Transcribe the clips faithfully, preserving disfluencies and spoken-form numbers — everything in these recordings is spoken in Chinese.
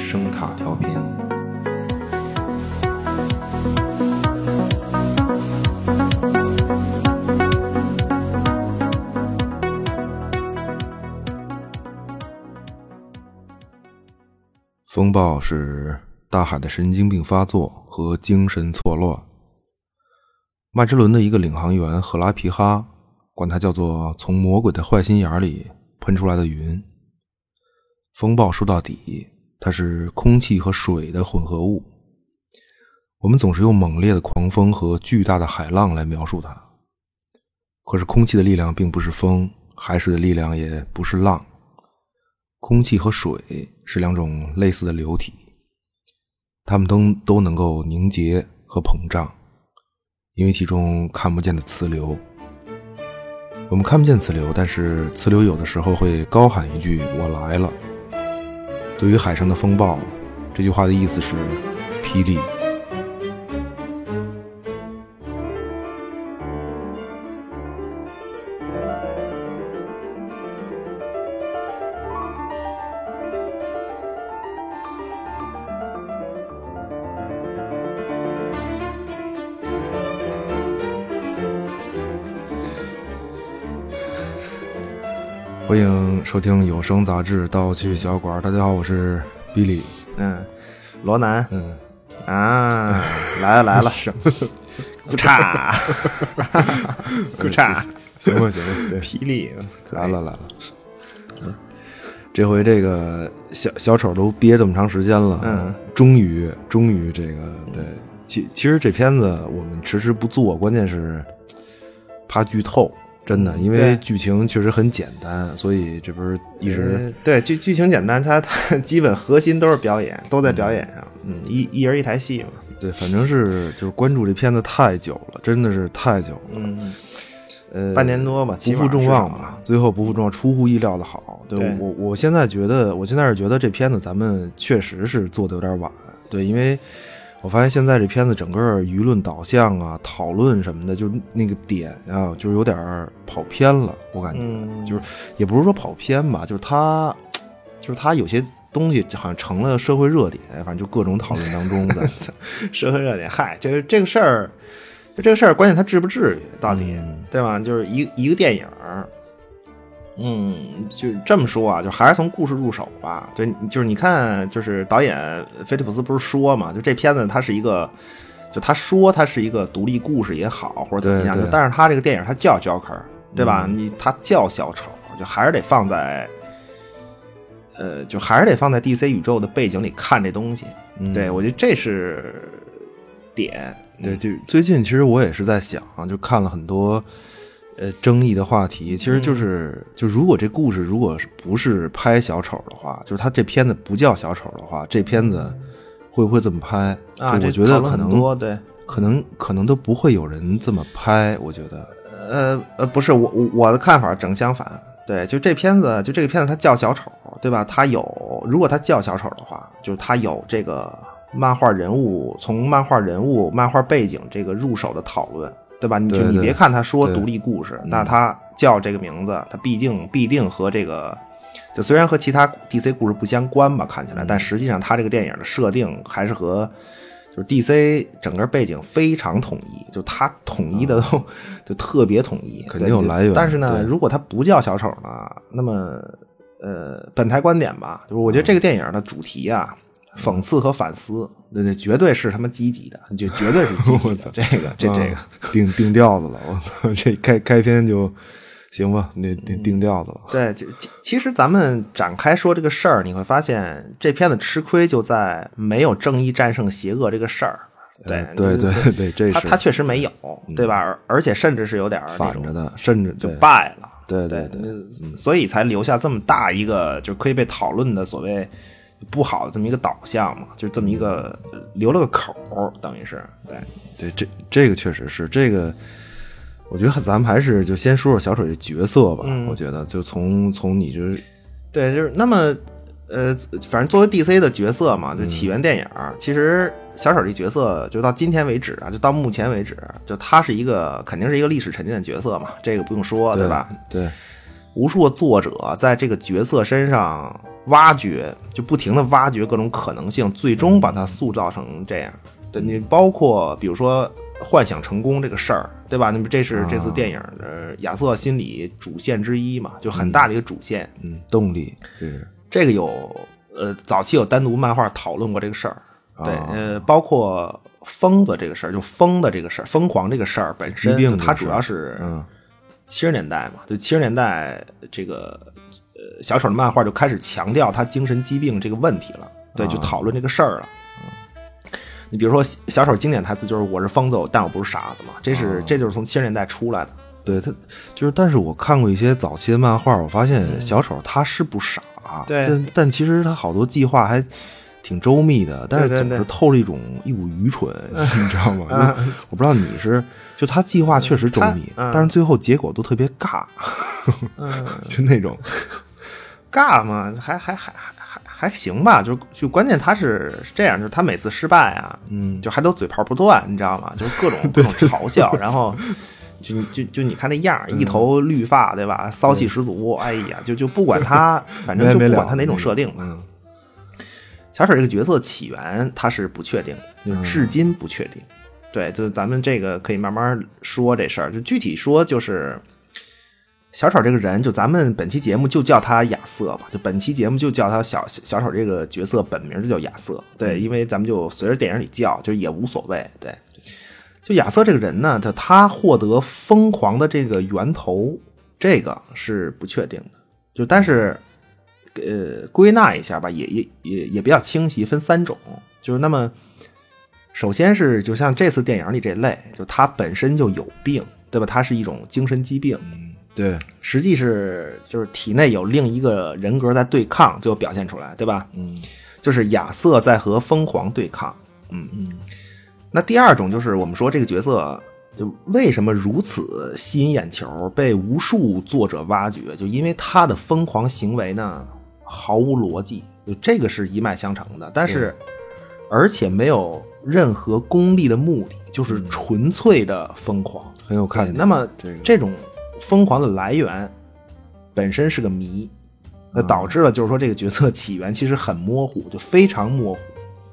声塔调频。 风暴是大海的神经病发作和精神错乱。麦哲伦的一个领航员赫拉皮哈管它叫做从魔鬼的坏心眼里喷出来的云。风暴说到底，它是空气和水的混合物。我们总是用猛烈的狂风和巨大的海浪来描述它。可是空气的力量并不是风，海水的力量也不是浪。空气和水是两种类似的流体，它们都都能够凝结和膨胀，因为其中看不见的磁流。我们看不见磁流，但是磁流有的时候会高喊一句我来了。对于海上的风暴，这句话的意思是霹雳。欢迎收听有声杂志《盗趣小馆》。大家好，我是 Billy。 嗯，罗南。 嗯啊，来了来了，咕嚓，咕嚓， 行吧行吧，对， 霹雳来了来了。嗯，这回这个小小丑都憋这么长时间了， 嗯， 终于终于这个对，其其实这片子我们迟迟不做，关键是怕剧透。真的，因为剧情确实很简单，所以这不是一直、 呃、对剧剧情简单，它它基本核心都是表演，都在表演上，嗯，一一人一台戏嘛。 对，反正是就是关注这片子太久了，真的是太久了， 嗯， 呃， 半年多吧， 不负众望吧，最后不负众望，出乎意料的好。对， 对我我现在觉得，我现在是觉得这片子咱们确实是做的有点晚，对，因为。我发现现在这片子整个舆论导向啊、讨论什么的，就那个点啊，就是有点跑偏了。我感觉、 嗯、 就是也不是说跑偏吧，就是它，就是它有些东西好像成了社会热点，反正就各种讨论当中的社会热点。嗨，就是这个事儿，就这个事儿，关键它至不至于到底， 嗯、 对吧？就是一一个电影。嗯，就这么说啊，就还是从故事入手吧。对，就是你看，就是导演菲利普斯不是说嘛，就这片子它是一个，就他说它是一个独立故事也好，或者怎么样，但是他这个电影它叫 Joker， 对吧？嗯、你他叫小丑，就还是得放在，呃，就还是得放在 D C 宇宙的背景里看这东西。 嗯、 对，我觉得这是点。 对，就最近其实我也是在想，就看了很多。呃，争议的话题其实就是，嗯、就如果这故事如果不是拍小丑的话，就是他这片子不叫小丑的话，这片子会不会这么拍啊？ 我觉得可能多对， 可能可能都不会有人这么拍，我觉得。 呃呃，不是我我我的看法正相反，对，就这片子就这个片子它叫小丑，对吧？它有，如果它叫小丑的话，就是它有这个漫画人物从漫画人物、漫画背景这个入手的讨论。对吧？你就你别看他说独立故事，那他叫这个名字，他毕竟必定和这个，就虽然和其他 D C 故事不相关吧，看起来，但实际上他这个电影的设定还是和就是 D C 整个背景非常统一，就他统一的都、嗯、就特别统一， 肯定有来源。 但是呢，如果他不叫小丑呢，那么呃，本台观点吧，就是我觉得这个电影的主题啊。讽刺和反思，对对，绝对是他妈积极的，就绝对是积极的。这个，这这个、 啊、定定调子了，我操，这开开篇就行吧，那定定调子了。 对，就其实咱们展开说这个事儿，你会发现这片子吃亏就在没有正义战胜邪恶这个事儿。对、 呃、对对对对，这是他他确实没有，对吧？嗯、而且甚至是有点反着的，甚至就败了。 对对 对, 对, 对、嗯，所以才留下这么大一个就可以被讨论的所谓。不好的这么一个导向嘛，就是这么一个留了个口，等于是对对，这这个确实是这个，我觉得咱们还是就先说说小丑这角色吧。嗯、我觉得就从从你这， 对，就是那么呃，反正作为 D C 的角色嘛，就起源电影，嗯、其实小丑这角色就到今天为止啊，就到目前为止，就他是一个肯定是一个历史沉淀的角色嘛，这个不用说， 对, 对吧？ 对， 无数的作者在这个角色身上。 挖掘，就不停的挖掘各种可能性，最终把它塑造成这样。对，你包括比如说幻想成功这个事儿，对吧？那么这是这次电影的亚瑟心理主线之一嘛，就很大的一个主线。 嗯，动力是这个有呃，早期有单独漫画讨论过这个事儿。对，呃，包括疯子这个事儿，就疯的这个事儿，疯狂这个事儿本身，就它主要是嗯七十年代嘛，就七十年代这个呃小丑的漫画就开始强调他精神疾病这个问题了，对，就讨论这个事儿了。你比如说小丑经典台词就是“我是疯子，但我不是傻子”嘛，这是这就是从七十年代出来的。 对他就是，但是我看过一些早期的漫画，我发现小丑他是不傻， 对， 但但其实他好多计划还挺周密的，但是总是透着一种一股愚蠢，你知道吗？就我不知道你是，就他计划确实周密，但是最后结果都特别尬，就那种尬嘛，还还还还还行吧，就就关键他是这样，就是他每次失败啊，嗯，就还都嘴炮不断，你知道吗？就是各种各种嘲笑，然后。就就就你看那样，一头绿发，对吧？骚气十足，哎呀，就就不管他，反正就不管他哪种设定吧。小丑这个角色起源他是不确定，就至今不确定。对，就咱们这个可以慢慢说这事儿。就具体说，就是小丑这个人，就咱们本期节目就叫他亚瑟吧。就本期节目就叫他小小丑这个角色本名就叫亚瑟。对，因为咱们就随着电影里叫，就也无所谓。对。就亚瑟这个人呢，他他获得疯狂的这个源头，这个是不确定的。就但是，呃，归纳一下吧，也也也也比较清晰，分三种。就是那么，首先是就像这次电影里这类，就他本身就有病，对吧？他是一种精神疾病， 嗯，对， 实际是就是体内有另一个人格在对抗，最后表现出来，对吧？ 嗯， 就是亚瑟在和疯狂对抗，嗯嗯。那第二种就是我们说这个角色就为什么如此吸引眼球，被无数作者挖掘，就因为他的疯狂行为呢毫无逻辑，就这个是一脉相承的，但是而且没有任何功利的目的，就是纯粹的疯狂， 很有看点。 那么这种疯狂的来源本身是个谜，那导致了就是说这个角色起源其实很模糊，就非常模糊。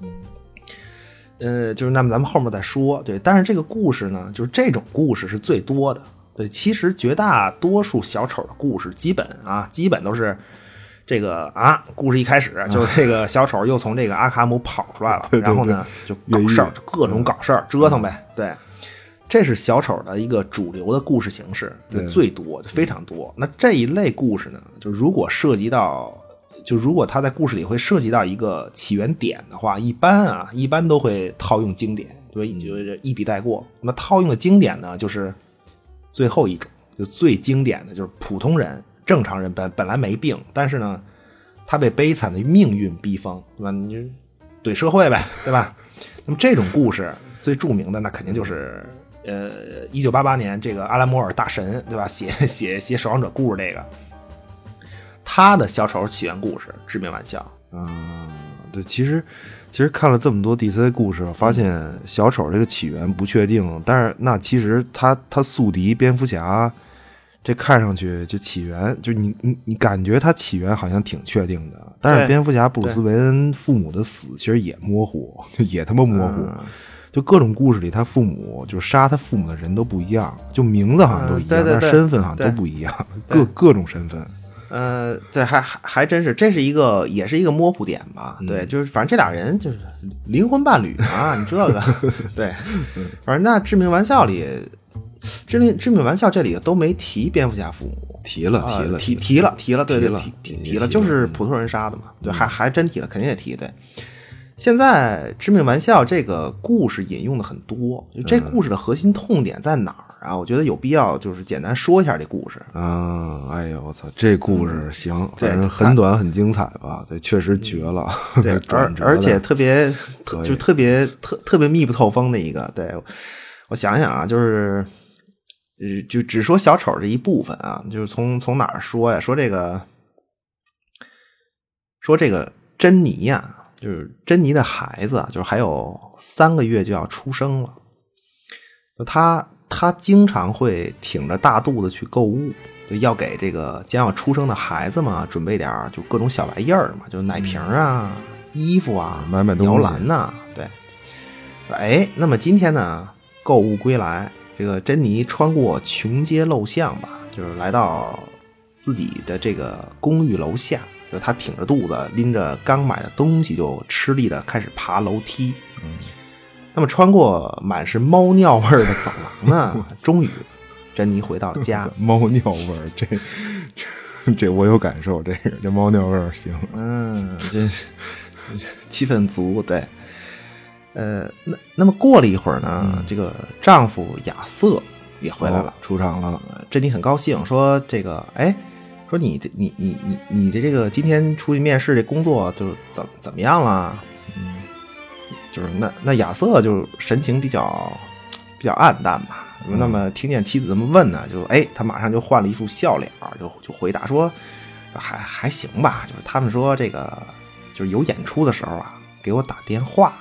呃，就是那么咱们后面再说，对，但是这个故事呢，就是这种故事是最多的，对，其实绝大多数小丑的故事，基本啊，基本都是这个啊，故事一开始就是这个小丑又从这个阿卡姆跑出来了， 对对对， 然后呢就搞事儿，各种搞事儿，折腾呗，对，这是小丑的一个主流的故事形式，最多，非常多。那这一类故事呢，就如果涉及到。就如果他在故事里会涉及到一个起源点的话，一般啊，一般都会套用经典，对，就是一笔带过。那么套用的经典呢，就是最后一种，就最经典的就是普通人、正常人本本来没病，但是呢，他被悲惨的命运逼疯，对吧？你就怼社会呗，对吧？那么这种故事最著名的那肯定就是呃，一九八八年这个阿兰摩尔大神，对吧？写写写守望者故事这个。他的小丑起源故事《致命玩笑》 啊、嗯，对，其实其实看了这么多 D C 故事，发现小丑这个起源不确定，但是那其实他他宿敌蝙蝠侠，这看上去就起源，就你你你感觉他起源好像挺确定的，但是蝙蝠侠布鲁斯韦恩父母的死其实也模糊，就也他妈模糊。嗯，就各种故事里，他父母就杀他父母的人都不一样，就名字好像都一样， 嗯、对对对， 但是身份好像都不一样，各各种身份。 呃，对，还还还真是，这是一个，也是一个模糊点吧。 嗯、 对，就是反正这俩人就是灵魂伴侣啊，你这个，对，反正那致命玩笑里，致命致命玩笑这里都没提蝙蝠侠父母， 提了提了、 呃、提提了提了，对对提提提了，就是普通人杀的嘛，对，还还真提了，肯定也提，对。现在致命玩笑这个故事引用的很多，就这故事的核心痛点在哪儿啊？我觉得有必要就是简单说一下这故事啊。哎呦我操，这故事行，反正很短很精彩吧？对，确实绝了。 对，而而且特别就特别特特别密不透风的一个。对，我想想啊，就是呃，就只说小丑这一部分啊，就是从从哪儿说呀？说这个，说这个珍妮呀。就是珍妮的孩子，就是还有三个月就要出生了。他他经常会挺着大肚子去购物， 就要给这个将要出生的孩子嘛准备点就各种小玩意儿嘛，就奶瓶啊、嗯、衣服啊、 买买东西、 摇篮呐，对。哎，那么今天呢，购物归来，这个珍妮穿过穷街陋巷吧，就是来到自己的这个公寓楼下，就她挺着肚子，拎着刚买的东西，就吃力的开始爬楼梯。 嗯， 那么穿过满是猫尿味的走廊呢，终于珍妮回到了家。 猫尿味儿，这这这我有感受，这个这猫尿味儿行。 嗯，这气氛足，对。呃，那那么过了一会儿呢，嗯、这个丈夫亚瑟也回来了， 哦、出场了。 珍妮很高兴，说这个，哎，说你这你你你你的这个今天出去面试这工作就是怎怎么样了？嗯，就是那那亚瑟就神情比较比较暗淡吧。嗯、那么听见妻子这么问呢，就哎，他马上就换了一副笑脸，就就回答说，还还行吧。就是他们说这个就是有演出的时候啊，给我打电话。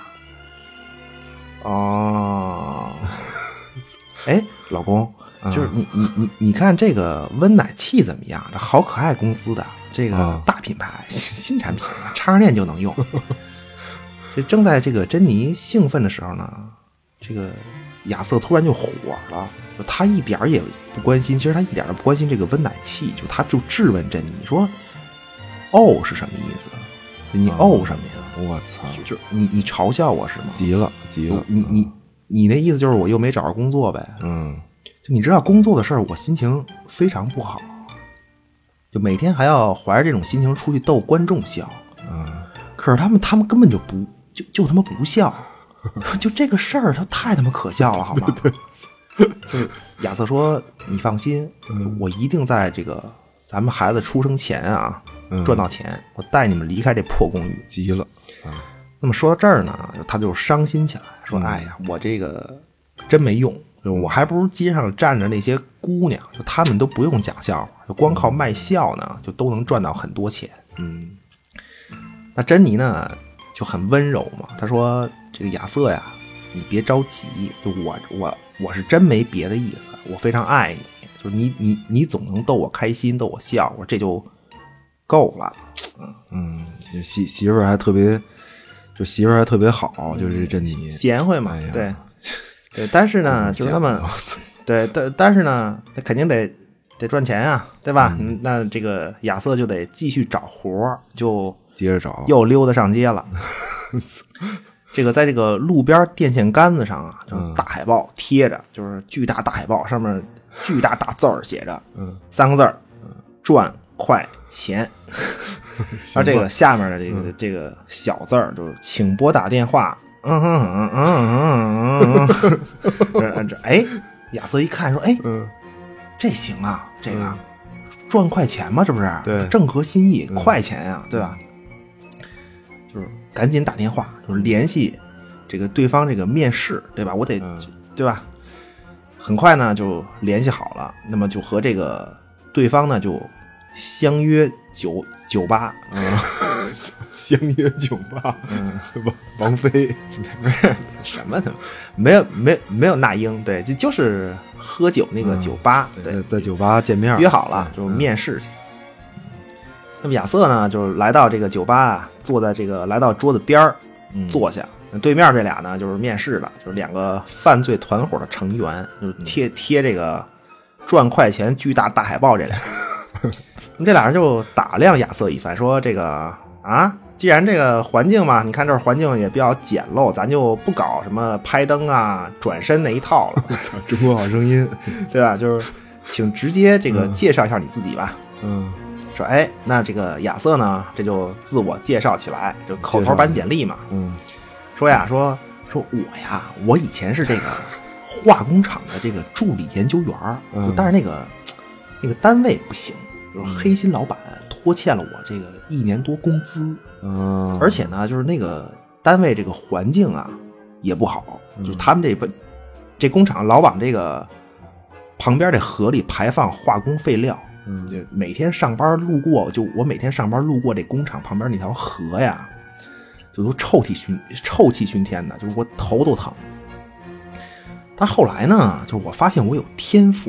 哦，哎，老公，就是你你你你看这个温奶器怎么样？这好可爱公司的这个大品牌、嗯、新产品，插上电就能用。这正在这个珍妮兴奋的时候呢，这个亚瑟突然就火了，就他一点也不关心，其实他一点都不关心这个温奶器，就他就质问珍妮说：“哦是什么意思？你哦什么呀？” 我操！ 就你你嘲笑我是吗？ 急了急了！ 你你你那意思就是我又没找着工作呗？ 嗯， 就你知道工作的事儿，我心情非常不好，就每天还要怀着这种心情出去逗观众笑。 嗯， 可是他们他们根本就不就就他妈不笑，就这个事儿它太他妈可笑了，好吗？就是亚瑟说：“你放心， 嗯、 我一定在这个咱们孩子出生前啊。”赚到钱，我带你们离开这破公寓。 急了啊！那么说到这儿呢，他就伤心起来，说：“哎呀，我这个真没用，我还不如街上站着那些姑娘，就他们都不用讲笑话，就光靠卖笑呢，就都能赚到很多钱。” 嗯， 那珍妮呢就很温柔嘛，她说：“这个亚瑟呀，你别着急，就我我我是真没别的意思，我非常爱你，就是你你你总能逗我开心，逗我笑，我说这就。”够了， 嗯嗯，媳媳妇儿还特别，就媳妇儿还特别好，就是这珍妮贤惠嘛， 哎、 对对。但是呢，就是他们，对，但但是呢，他肯定得得赚钱啊，对吧？嗯、那这个亚瑟就得继续找活，就接着找， 又溜达上街了。这个在这个路边电线杆子上啊，就是大海报贴着，就是巨大大海报，上面巨大大字儿写着， 嗯， 三个字儿，赚。快钱，而这个下面的这个、嗯、这个小字儿就是请拨打电话，嗯哼嗯嗯嗯嗯嗯，这哎，亚瑟一看说，哎， 嗯， 这行啊，这个、嗯、赚快钱嘛，这不是？ 对， 正合心意， 嗯、 快钱呀、啊，对吧？就是赶紧打电话，就是联系这个对方这个面试，对吧？我得， 嗯、 对吧？很快呢就联系好了，那么就和这个对方呢就。相约酒酒吧， 嗯，相约酒吧， 嗯， 王王菲不是什么的，没有没有没有那英，对，就就是喝酒那个酒吧， 嗯、 对， 在酒吧见面约好了，就面试去。嗯、那么亚瑟呢，就是来到这个酒吧啊，坐在这个来到桌子边儿、嗯、坐下，对面这俩呢就是面试的，就是两个犯罪团伙的成员，就是贴贴这个赚快钱巨大大海报这俩。这俩人就打量亚瑟一番，说：“这个啊，既然这个环境嘛，你看这环境也比较简陋，咱就不搞什么拍灯啊、转身那一套了。 中国好声音， 对吧？就是请直接这个介绍一下你自己吧。 嗯， 说哎，那这个亚瑟呢，这就自我介绍起来，就口头版简历嘛。 嗯， 说呀，说说我呀，我以前是这个化工厂的这个助理研究员， 嗯、 但是那个那个单位不行。”就是黑心老板拖欠了我这个一年多工资， 嗯， 而且呢，就是那个单位这个环境啊也不好，嗯、就是他们这这工厂老往这个旁边这河里排放化工废料， 嗯， 就每天上班路过，就我每天上班路过这工厂旁边那条河呀，就都臭气熏臭气熏天的，就是我头都疼。但后来呢，就是我发现我有天赋。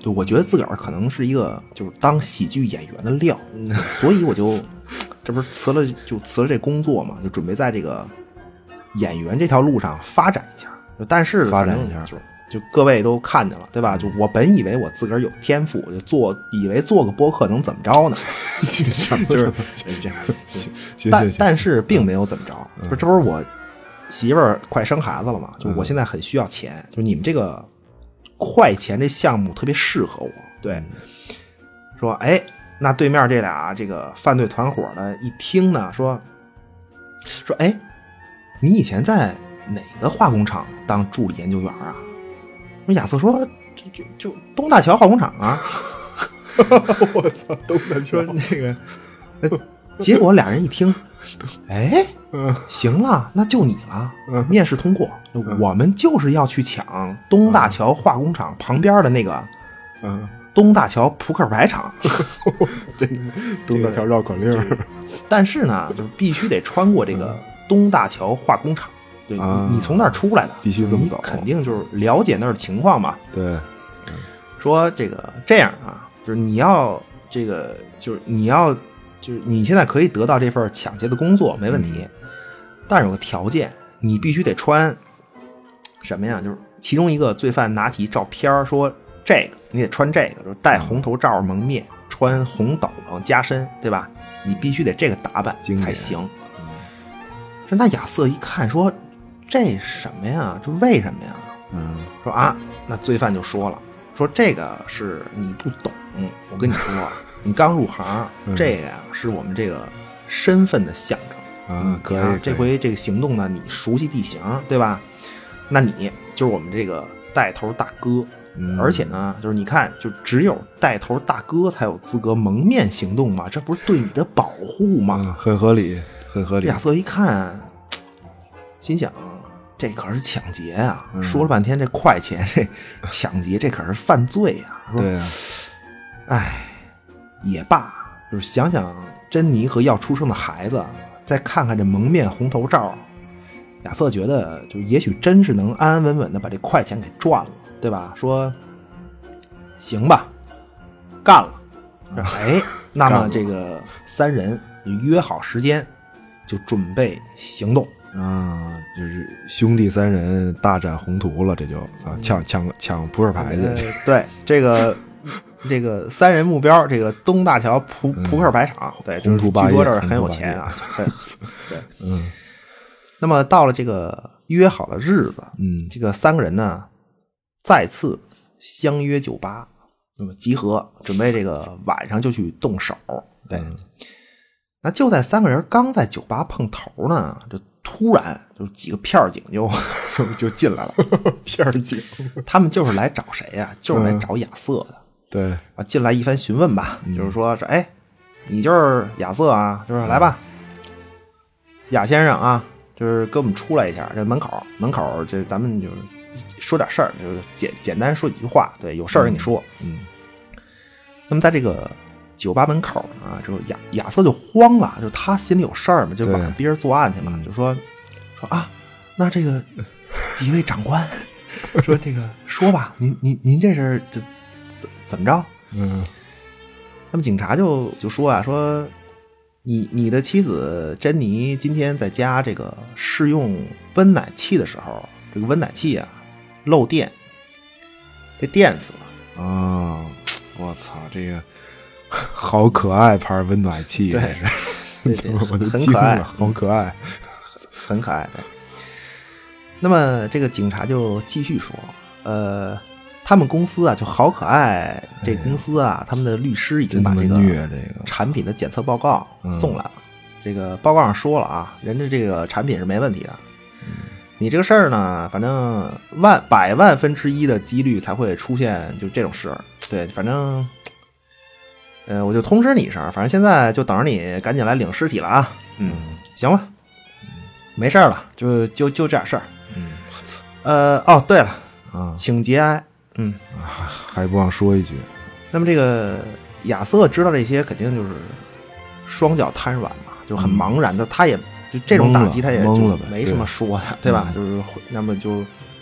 就我觉得自个儿可能是一个就是当喜剧演员的料，所以我就这不是辞了就辞了这工作嘛，就准备在这个演员这条路上发展一下。但是发展一下， 就就各位都看见了对吧？就我本以为我自个儿有天赋，就做以为做个播客能怎么着呢？就是这样，但但是并没有怎么着。不是，这不是我媳妇儿快生孩子了嘛？就我现在很需要钱，就你们这个快钱这项目特别适合我。对，说哎，那对面这俩这个犯罪团伙的一听呢，说说哎，你以前在哪个化工厂当助理研究员啊？亚瑟说就就就东大桥化工厂啊。 我操，东大桥那个、呃、结果俩人一听，哎，行了，那就你了，面试通过，我们就是要去抢东大桥化工厂旁边的那个嗯东大桥扑克牌厂。 这东大桥绕口令、这个、 但是呢就必须得穿过这个东大桥化工厂。对、啊、你从那儿出来的， 必须这么走， 肯定就是了解那儿的情况嘛。 对、嗯， 说这个这样啊，就是你要这个，就是你要，就是你现在可以得到这份抢劫的工作，没问题。嗯、但是有个条件，你必须得穿什么呀？就是其中一个罪犯拿起照片说，这个你得穿这个，就是戴红头罩蒙面，穿红斗篷加身，对吧？你必须得这个打扮才行。这、嗯、那亚瑟一看说。这什么呀？这为什么呀？ 嗯， 说啊，那罪犯就说了，说这个是你不懂，我跟你说，你刚入行，嗯、这个呀是我们这个身份的象征啊。可以， 啊、这回这个行动呢，你熟悉地形，对吧？那你就是我们这个带头大哥，嗯、而且呢，就是你看，就只有带头大哥才有资格蒙面行动嘛，这不是对你的保护吗？ 嗯、很合理，很合理。 亚瑟一看，心想。这可是抢劫啊！ 嗯、 说了半天这快钱，这抢劫这可是犯罪啊！ 对啊， 哎，也罢，就是想想珍妮和要出生的孩子，再看看这蒙面红头罩，亚瑟觉得就也许真是能安安稳稳的把这快钱给赚了，对吧？说行吧，干了。哎，那么这个三人就约好时间，就准备行动。 啊，就是兄弟三人大展宏图了，这就啊，抢抢抢扑克牌去、 呃。对，这个这个三人目标，这个东大桥扑扑克牌厂，嗯、对， 宏图霸业， 据说这儿很有钱啊。对，对， 嗯。 那么到了这个约好的日子， 嗯， 这个三个人呢再次相约酒吧，那么集合，准备这个晚上就去动手。对，嗯、那就在三个人刚在酒吧碰头呢，就。突然，就几个片儿警就就进来了。 片儿警， 他们就是来找谁呀、啊？就是来找亚瑟的。 嗯、对啊，进来一番询问吧，嗯、就是说说，哎，你就是亚瑟啊？就是来吧，亚先生啊，就是跟我们出来一下。这门口，门口这咱们就是说点事儿，就是简简单说几句话。对，有事儿跟你说。 嗯。嗯那么在这个。酒吧门口啊，就是亚亚瑟就慌了，就他心里有事儿嘛，就晚上逼人作案去嘛，就说说啊，那这个几位长官说这个说吧，您您您这是怎怎怎么着？ 嗯， 那么警察就就说啊，说你你的妻子珍妮今天在家这个试用温奶器的时候，这个温奶器啊漏电，被电死了啊！哦、我操，这个。好可爱牌温暖器， 对，对对我都很可爱， 好可爱， 很可爱。对。那么这个警察就继续说，呃，他们公司啊就好可爱，这公司啊，他们的律师已经把这个产品的检测报告送来了。嗯、这个报告上说了啊，人家这个产品是没问题的。 嗯、 你这个事儿呢，反正万百万分之一的几率才会出现就这种事儿。对，反正。呃，我就通知你一声，反正现在就等着你赶紧来领尸体了啊。嗯，行了，没事了，就就就这点事儿。 嗯，我操。 呃，哦，对了， 啊， 请节哀。嗯， 还不忘说一句。 那么这个亚瑟知道这些，肯定就是双脚瘫软嘛，就很茫然的。他也就这种打击，他也就没什么说的，对吧？就是那么就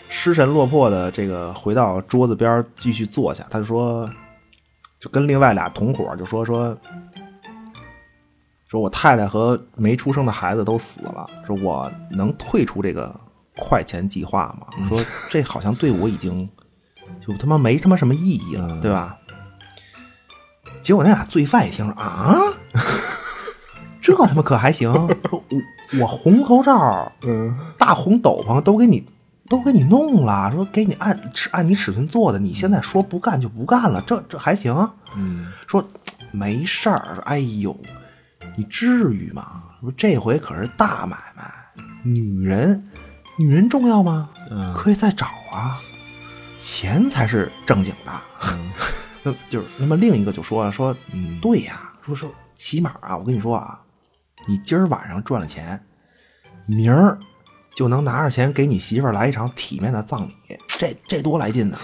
失神落魄的这个回到桌子边继续坐下，他就说，就跟另外俩同伙就说说，说我太太和没出生的孩子都死了，说我能退出这个快钱计划吗？说这好像对我已经就他妈没他妈什么意义了，对吧？结果那俩罪犯一听啊，这他妈可还行？说我我红头罩，嗯，大红斗篷都给你都给你弄了，说给你按按你尺寸做的，你现在说不干就不干了，这这还行？嗯，说没事儿，说哎呦，你至于吗？说这回可是大买卖，女人女人重要吗？嗯，可以再找啊，钱才是正经的。嗯。那就是那么另一个就说了说，嗯，对呀，说说起码啊，我跟你说啊，你今儿晚上赚了钱，明儿就能拿着钱给你媳妇儿来一场体面的葬礼，这这多来劲呢。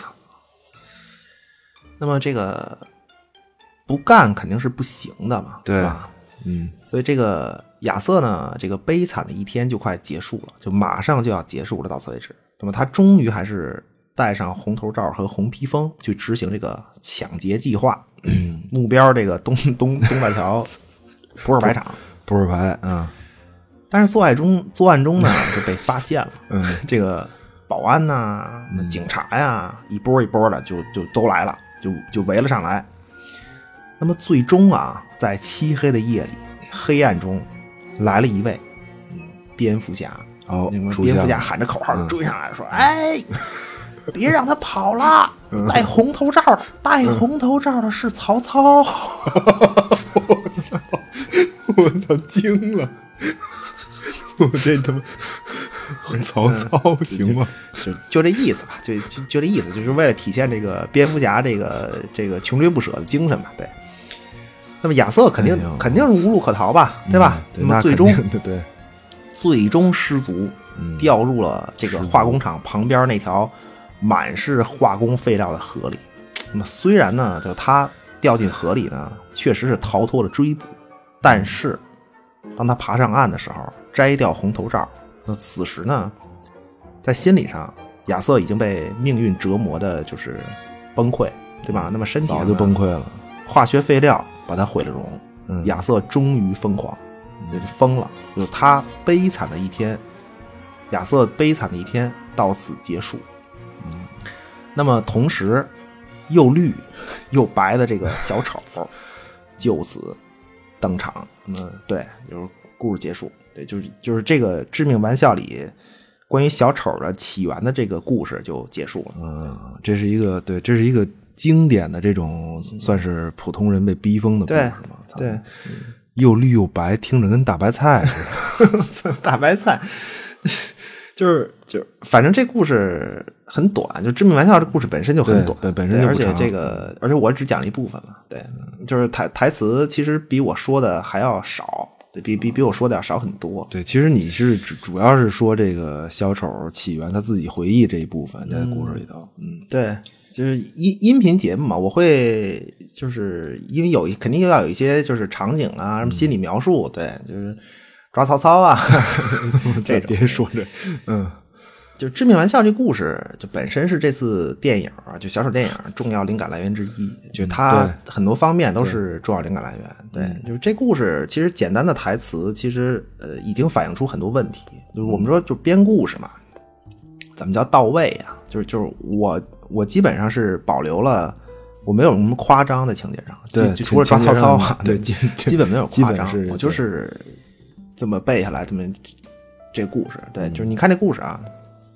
那么这个不干肯定是不行的嘛，对吧？嗯，所以这个亚瑟呢，这个悲惨的一天就快结束了，就马上就要结束了，到此为止。那么他终于还是戴上红头罩和红披风去执行这个抢劫计划，嗯、目标这个东东东大桥扑克牌场， 扑克牌啊、嗯。 但是作案中作案中呢就被发现了，嗯，这个保安呐、嗯、警察呀，一波一波的就就都来了，就就围了上来。那么最终啊，在漆黑的夜里，黑暗中来了一位、嗯、蝙蝠侠， 哦， 蝙蝠侠喊着口号追上来、嗯、说：“哎！”别让他跑了！戴红头罩的，戴红头罩的是曹操。 我操！我操！惊了！我这他妈曹操行吗？ 就就这意思吧，就就就这意思，就是为了体现这个蝙蝠侠这个这个穷追不舍的精神嘛。对。那么亚瑟肯定、哎、肯定是无路可逃吧，对吧？ 嗯、 那么最终对对， 最终失足， 嗯、 掉入了这个化工厂旁边那条满是化工废料的河里。那么虽然呢，就他掉进河里呢，确实是逃脱了追捕，但是当他爬上岸的时候，摘掉红头罩，那此时呢，在心理上，亚瑟已经被命运折磨的，就是崩溃，对吧？那么身体早就崩溃了， 化学废料把他毁了容。 嗯、 亚瑟终于疯狂，就是疯了，就是他悲惨的一天，亚瑟悲惨的一天到此结束。那么同时又绿又白的这个小丑就此登场。那么对，就是故事结束。对，就是就是这个致命玩笑里关于小丑的起源的这个故事就结束了。 嗯，这是一个对，这是一个经典的这种算是普通人被逼疯的故事嘛？ 对，对又绿又白，听着跟大白菜似的。 大白菜。就是就反正这故事很短，就致命玩笑这故事本身就很短， 本本身就不长，而且这个而且我只讲了一部分嘛，对，就是台台词其实比我说的还要少，对，比比比我说的要少很多。 对，其实你是主要是说这个小丑起源他自己回忆这一部分在故事里头， 嗯，嗯对，就是音音频节目嘛，我会就是因为有肯定要有一些就是场景啊，什么心理描述，对，就是抓曹操啊， 这别说这，嗯， 就致命玩笑这故事就本身是这次电影啊，就小丑电影重要灵感来源之一，就是它很多方面都是重要灵感来源。对，对就是这故事其实简单的台词，其实呃已经反映出很多问题。就是我们说就编故事嘛，怎么叫到位啊？就是就是我我基本上是保留了。我没有什么夸张的情节上， 对， 就除了抓曹操啊， 对， 基基本没有夸张， 是我就是这么背下来，这么这个故事，对，就是你看这故事啊，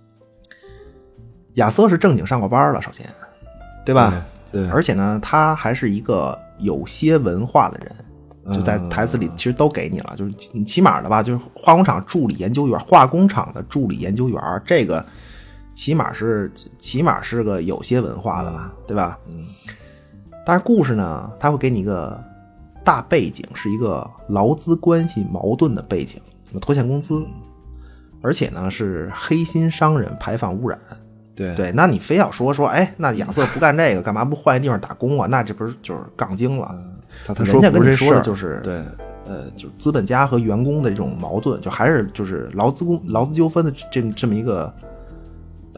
亚瑟是正经上过班了，首先，对吧？ 对，对而且呢，他还是一个有些文化的人，就在台词里其实都给你了，就是你起码的吧，就是化工厂助理研究员，化工厂的助理研究员，这个起码是起码是个有些文化的吧，对吧？ 嗯。 但是故事呢，它会给你一个大背景，是一个劳资关系矛盾的背景，什么拖欠工资，而且呢是黑心商人排放污染。 对对，那你非要说说，哎，那亚瑟不干这个，干嘛不换一地方打工啊？那这不是就是杠精了？ 嗯、他他说人家跟你说的就是对， 呃，就是资本家和员工的这种矛盾，就还是就是劳资工劳资纠纷的这这么一个。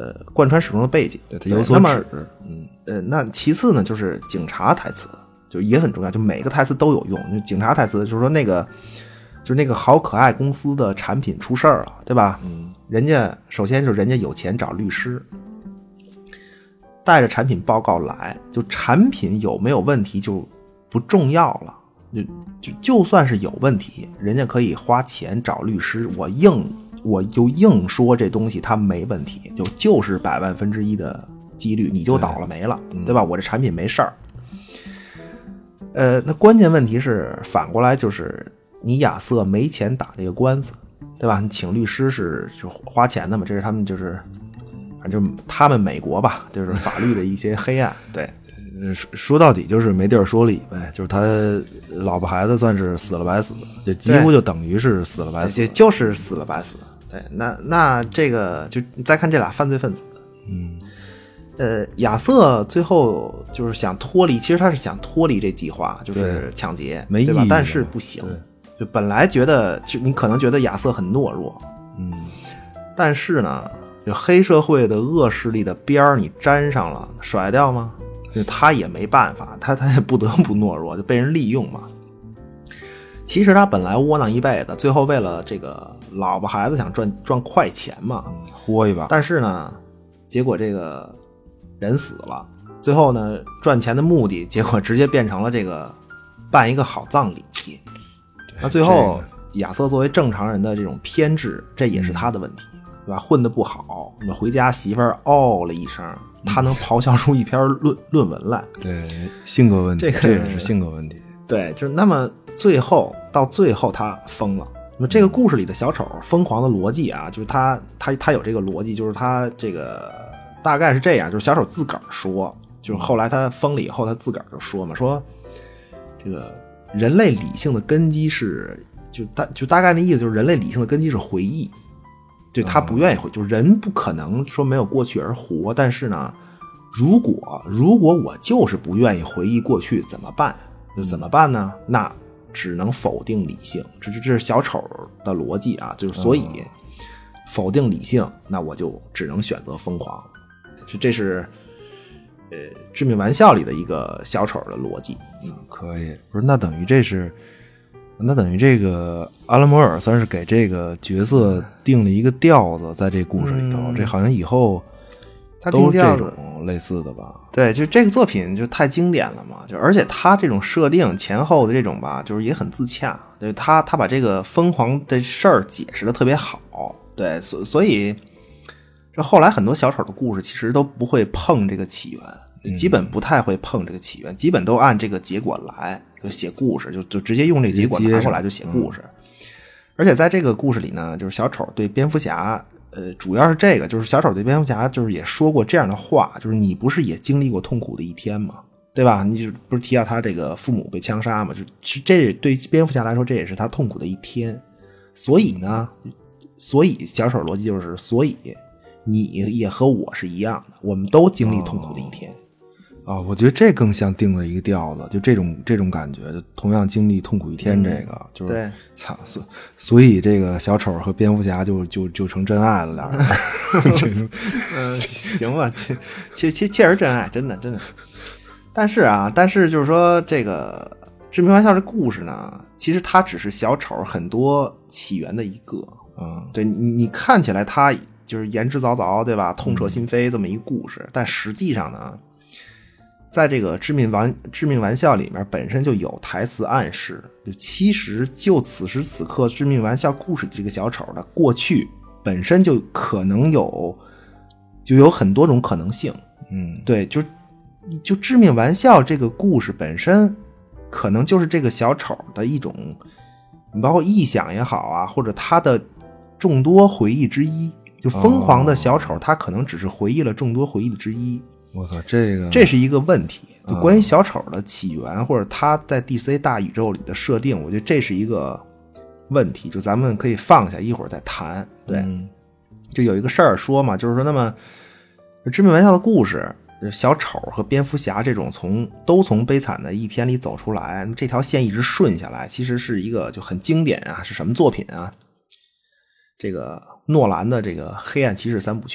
呃贯穿始终的背景， 对他有所指。 嗯呃，那其次呢，就是警察台词，就也很重要，就每个台词都有用。就警察台词就是说那个。就是那个好可爱公司的产品出事儿了，对吧？ 嗯， 人家首先就是人家有钱找律师，带着产品报告来，就产品有没有问题就不重要了，就就就算是有问题，人家可以花钱找律师，我硬我就硬说这东西它没问题，就就是百万分之一的几率你就倒了霉了， 对,、嗯、对吧？我这产品没事儿。呃，那关键问题是反过来就是。你亚瑟没钱打这个官司，对吧？你请律师是就花钱的嘛，这是他们就是反正就是他们美国吧，就是法律的一些黑暗。对， 说到底就是没地儿说理呗，就是他老婆孩子算是死了白死，就几乎就等于是死了白死， 就就是死了白死。对，那那这个就你再看这俩犯罪分子， 嗯， 呃，亚瑟最后就是想脱离，其实他是想脱离这计划，就是抢劫， 没意义， 对吧？但是不行。就本来觉得，就你可能觉得亚瑟很懦弱， 嗯， 但是呢，就黑社会的恶势力的边儿你沾上了，甩掉吗？就他也没办法，他他也不得不懦弱，就被人利用嘛。其实他本来窝囊一辈子，最后为了这个老婆孩子想赚赚快钱嘛， 豁一把。 但是呢，结果这个人死了，最后呢，赚钱的目的，结果直接变成了这个办一个好葬礼。那最后，亚瑟作为正常人的这种偏执，这也是他的问题，对吧？混得不好，那回家媳妇儿哦了一声，他能咆哮出一篇论论文来。 对，性格问题， 这个这也是性格问题。 对，就是那么最后到最后他疯了。那么这个故事里的小丑疯狂的逻辑啊，就是他他他有这个逻辑，就是他这个大概是这样，就是小丑自个儿说，就是后来他疯了以后，他自个儿就说嘛，说这个。人类理性的根基是，就大就大概那意思就是人类理性的根基是回忆，对他不愿意回，就是人不可能说没有过去而活，但是呢，如果如果我就是不愿意回忆过去怎么办？就怎么办呢？那只能否定理性，这这这是小丑的逻辑啊，就是所以否定理性，那我就只能选择疯狂，就这是。呃，致命玩笑里的一个小丑的逻辑， 嗯，可以，不是那等于这是，那等于这个阿拉摩尔算是给这个角色定了一个调子，在这故事里头，嗯、这好像以后都是这种类似的吧？ 对，就这个作品就太经典了嘛，就而且他这种设定前后的这种吧，就是也很自洽，对他他把这个疯狂的事儿解释的特别好，对，所所以。这后来很多小丑的故事其实都不会碰这个起源，基本不太会碰这个起源，基本都按这个结果来，就写故事，就就直接用这个结果拿过来就写故事。而且在这个故事里呢，就是小丑对蝙蝠侠，呃，主要是这个，就是小丑对蝙蝠侠就是也说过这样的话，就是你不是也经历过痛苦的一天吗？对吧？你就不是提到他这个父母被枪杀嘛？就其实这对蝙蝠侠来说，这也是他痛苦的一天。所以呢，所以小丑逻辑就是，所以。你也和我是一样的，我们都经历痛苦的一天啊、哦哦！我觉得这更像定了一个调子，就这种这种感觉，就同样经历痛苦一天，这个、嗯、就是对， 操，所所以这个小丑和蝙蝠侠就就就成真爱了，俩人。 嗯，行吧，这确确确实真爱，真的真的。但是啊，但是就是说，这个致命玩笑这故事呢，其实它只是小丑很多起源的一个。 嗯， 对你你看起来它。就是言之凿凿，对吧？痛彻心扉这么一故事，但实际上呢，在这个致命玩致命玩笑里面本身就有台词暗示，就其实就此时此刻致命玩笑故事里这个小丑的过去本身就可能有就有很多种可能性。 嗯， 对，就就致命玩笑这个故事本身可能就是这个小丑的一种，包括臆想也好啊，或者他的众多回忆之一。就疯狂的小丑，他可能只是回忆了众多回忆的之一。 我操，这个这是一个问题。就关于小丑的起源，或者他在 D C 大宇宙里的设定，我觉得这是一个问题。就咱们可以放下，一会儿再谈。对， 嗯、 就有一个事儿说嘛，就是说，那么致命玩笑的故事，小丑和蝙蝠侠这种从都从悲惨的一天里走出来，这条线一直顺下来，其实是一个就很经典啊，是什么作品啊？这个诺兰的这个《黑暗骑士》三部曲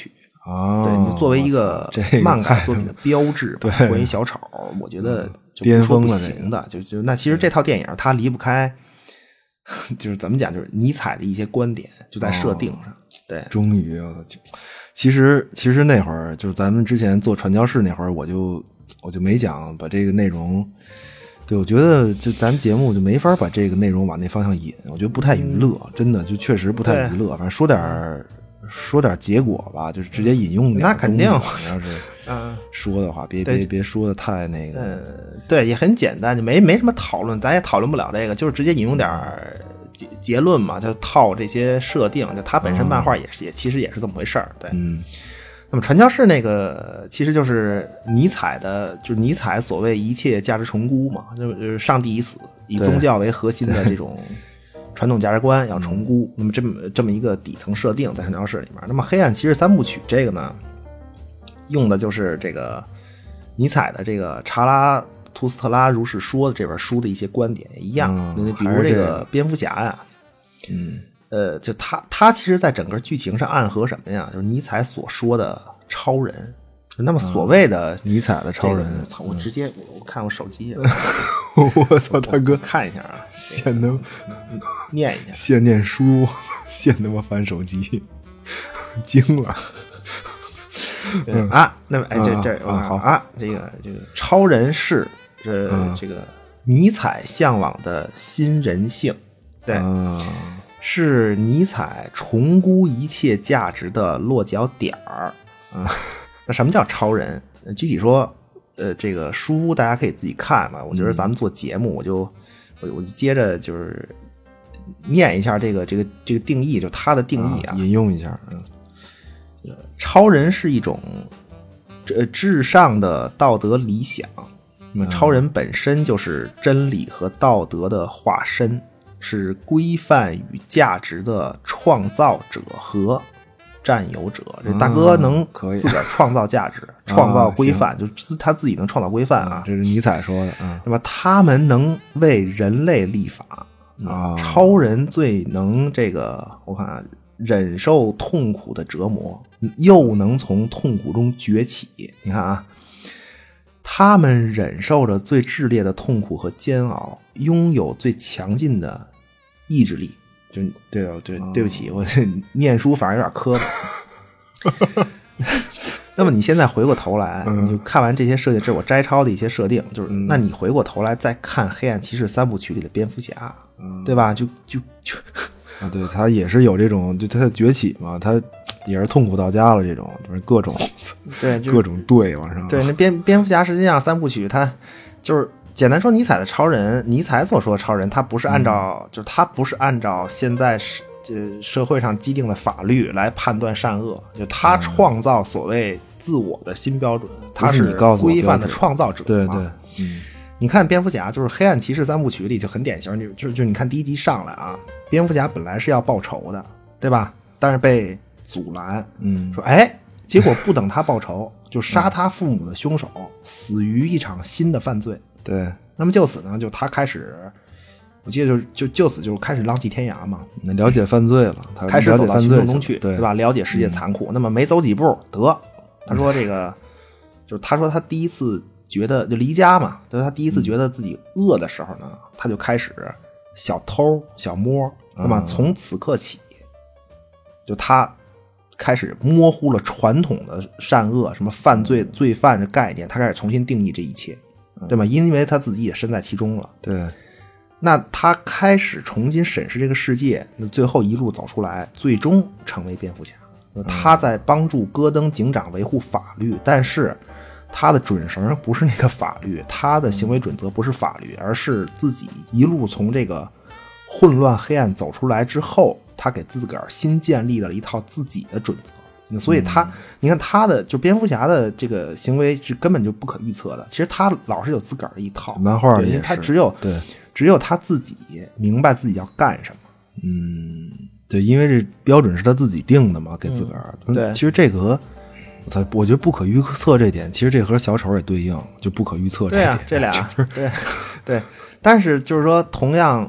啊， 对，你作为一个漫改作品的标志吧， 对， 关于小丑，我觉得就不说不行的，就就那其实这套电影它离不开，就是怎么讲，就是尼采的一些观点，就在设定上。哦、对， 终于，其实其实那会儿就是咱们之前做传教士那会儿，我就我就没讲把这个内容。对，我觉得就咱们节目就没法把这个内容往那方向引，我觉得不太娱乐，嗯、真的就确实不太娱乐。反正说点说点结果吧，就是直接引用点。 那肯定， 要是说的话，别别别说的太那个。 嗯，对，也很简单，就没没什么讨论，咱也讨论不了这个，就是直接引用点结结论嘛，就套这些设定，就它本身漫画也是、嗯、也其实也是这么回事儿。对， 嗯。 那么传教士那个其实就是尼采的，就是尼采所谓一切价值重估嘛，就是上帝已死，以宗教为核心的这种传统价值观要重估。那么这么这么一个底层设定在传教士里面。那么黑暗骑士三部曲这个呢，用的就是这个尼采的这个查拉图斯特拉如是说的这本书的一些观点也一样。嗯、比如这个蝙蝠侠呀， 嗯。 呃，就他他其实在整个剧情上暗合什么呀？就是尼采所说的超人。那么所谓的、 嗯、尼采的超人， 我操、这个！我直接我我看我手机， 我操，大哥看一下啊， 现能念一下， 现念书，现他妈翻手机，惊了。 嗯、啊，那么哎，这这啊好啊，这个这个超人是这、 嗯、 这个尼采向往的新人性，对。 嗯是尼采重估一切价值的落脚点儿啊。那什么叫超人？具体说，呃，这个书大家可以自己看嘛。我觉得咱们做节目，我就我我就接着就是念一下这个这个这个定义，就它的定义啊， 引用一下。嗯， 超人是一种呃至上的道德理想。那么，超人本身就是真理和道德的化身。是规范与价值的创造者和占有者。这大哥能自个儿创造价值、啊、创造规范，啊、就他自己能创造规范啊。 这是尼采说的。啊、 那么他们能为人类立法啊。 超人最能这个，我看忍受痛苦的折磨，又能从痛苦中崛起。你看啊。他们忍受着最炽烈的痛苦和煎熬，拥有最强劲的意志力。就对哦，对，对不起，我念书反而有点磕巴。那么你现在回过头来， 嗯、 你就看完这些设定，这是我摘抄的一些设定，就是、嗯、那你回过头来再看《黑暗骑士》三部曲里的蝙蝠侠， 嗯、 对吧？就就就啊，对他也是有这种，就他的崛起嘛，他。也是痛苦到家了，这种就是各种对各种对往上对。那蝙蝙蝠侠实际上三部曲，他就是简单说，尼采的超人，尼采所说的超人，他不是按照、嗯、就是他不是按照现在是这社会上既定的法律来判断善恶，就他创造所谓自我的新标准，嗯、他是规范的创造者嘛。 对对，嗯。 你看蝙蝠侠，就是黑暗骑士三部曲里就很典型，就就就你看第一集上来啊，蝙蝠侠本来是要报仇的，对吧？但是被阻拦， 嗯， 说哎，结果不等他报仇，就杀他父母的凶手、嗯、死于一场新的犯罪。 对， 那么就此呢，就他开始，我记得就就就此就开始浪迹天涯嘛， 了解犯罪了，他开始走到行动中去， 对, 对吧？了解世界残酷。嗯、那么没走几步，得，他说这个，就是他说他第一次觉得就离家嘛，就是他第一次觉得自己饿的时候呢，嗯、他就开始小偷小摸，那么从此刻起，就他。开始模糊了传统的善恶，什么犯罪、罪犯的概念，他开始重新定义这一切，对吧？因为他自己也身在其中了。 对， 那他开始重新审视这个世界，那最后一路走出来，最终成为蝙蝠侠。他在帮助戈登警长维护法律，但是他的准绳不是那个法律，他的行为准则不是法律，而是自己一路从这个混乱黑暗走出来之后。他给自个儿新建立了一套自己的准则，所以他，嗯、你看他的就蝙蝠侠的这个行为是根本就不可预测的。其实他老是有自个儿的一套漫画里， 他只有对， 只有他自己明白自己要干什么。 嗯，对，因为这标准是他自己定的嘛，给自个儿。 嗯、对， 其实这个和我操，我觉得不可预测这点，其实这和小丑也对应，就不可预测这点。 对啊，这俩对对，但是就是说同样。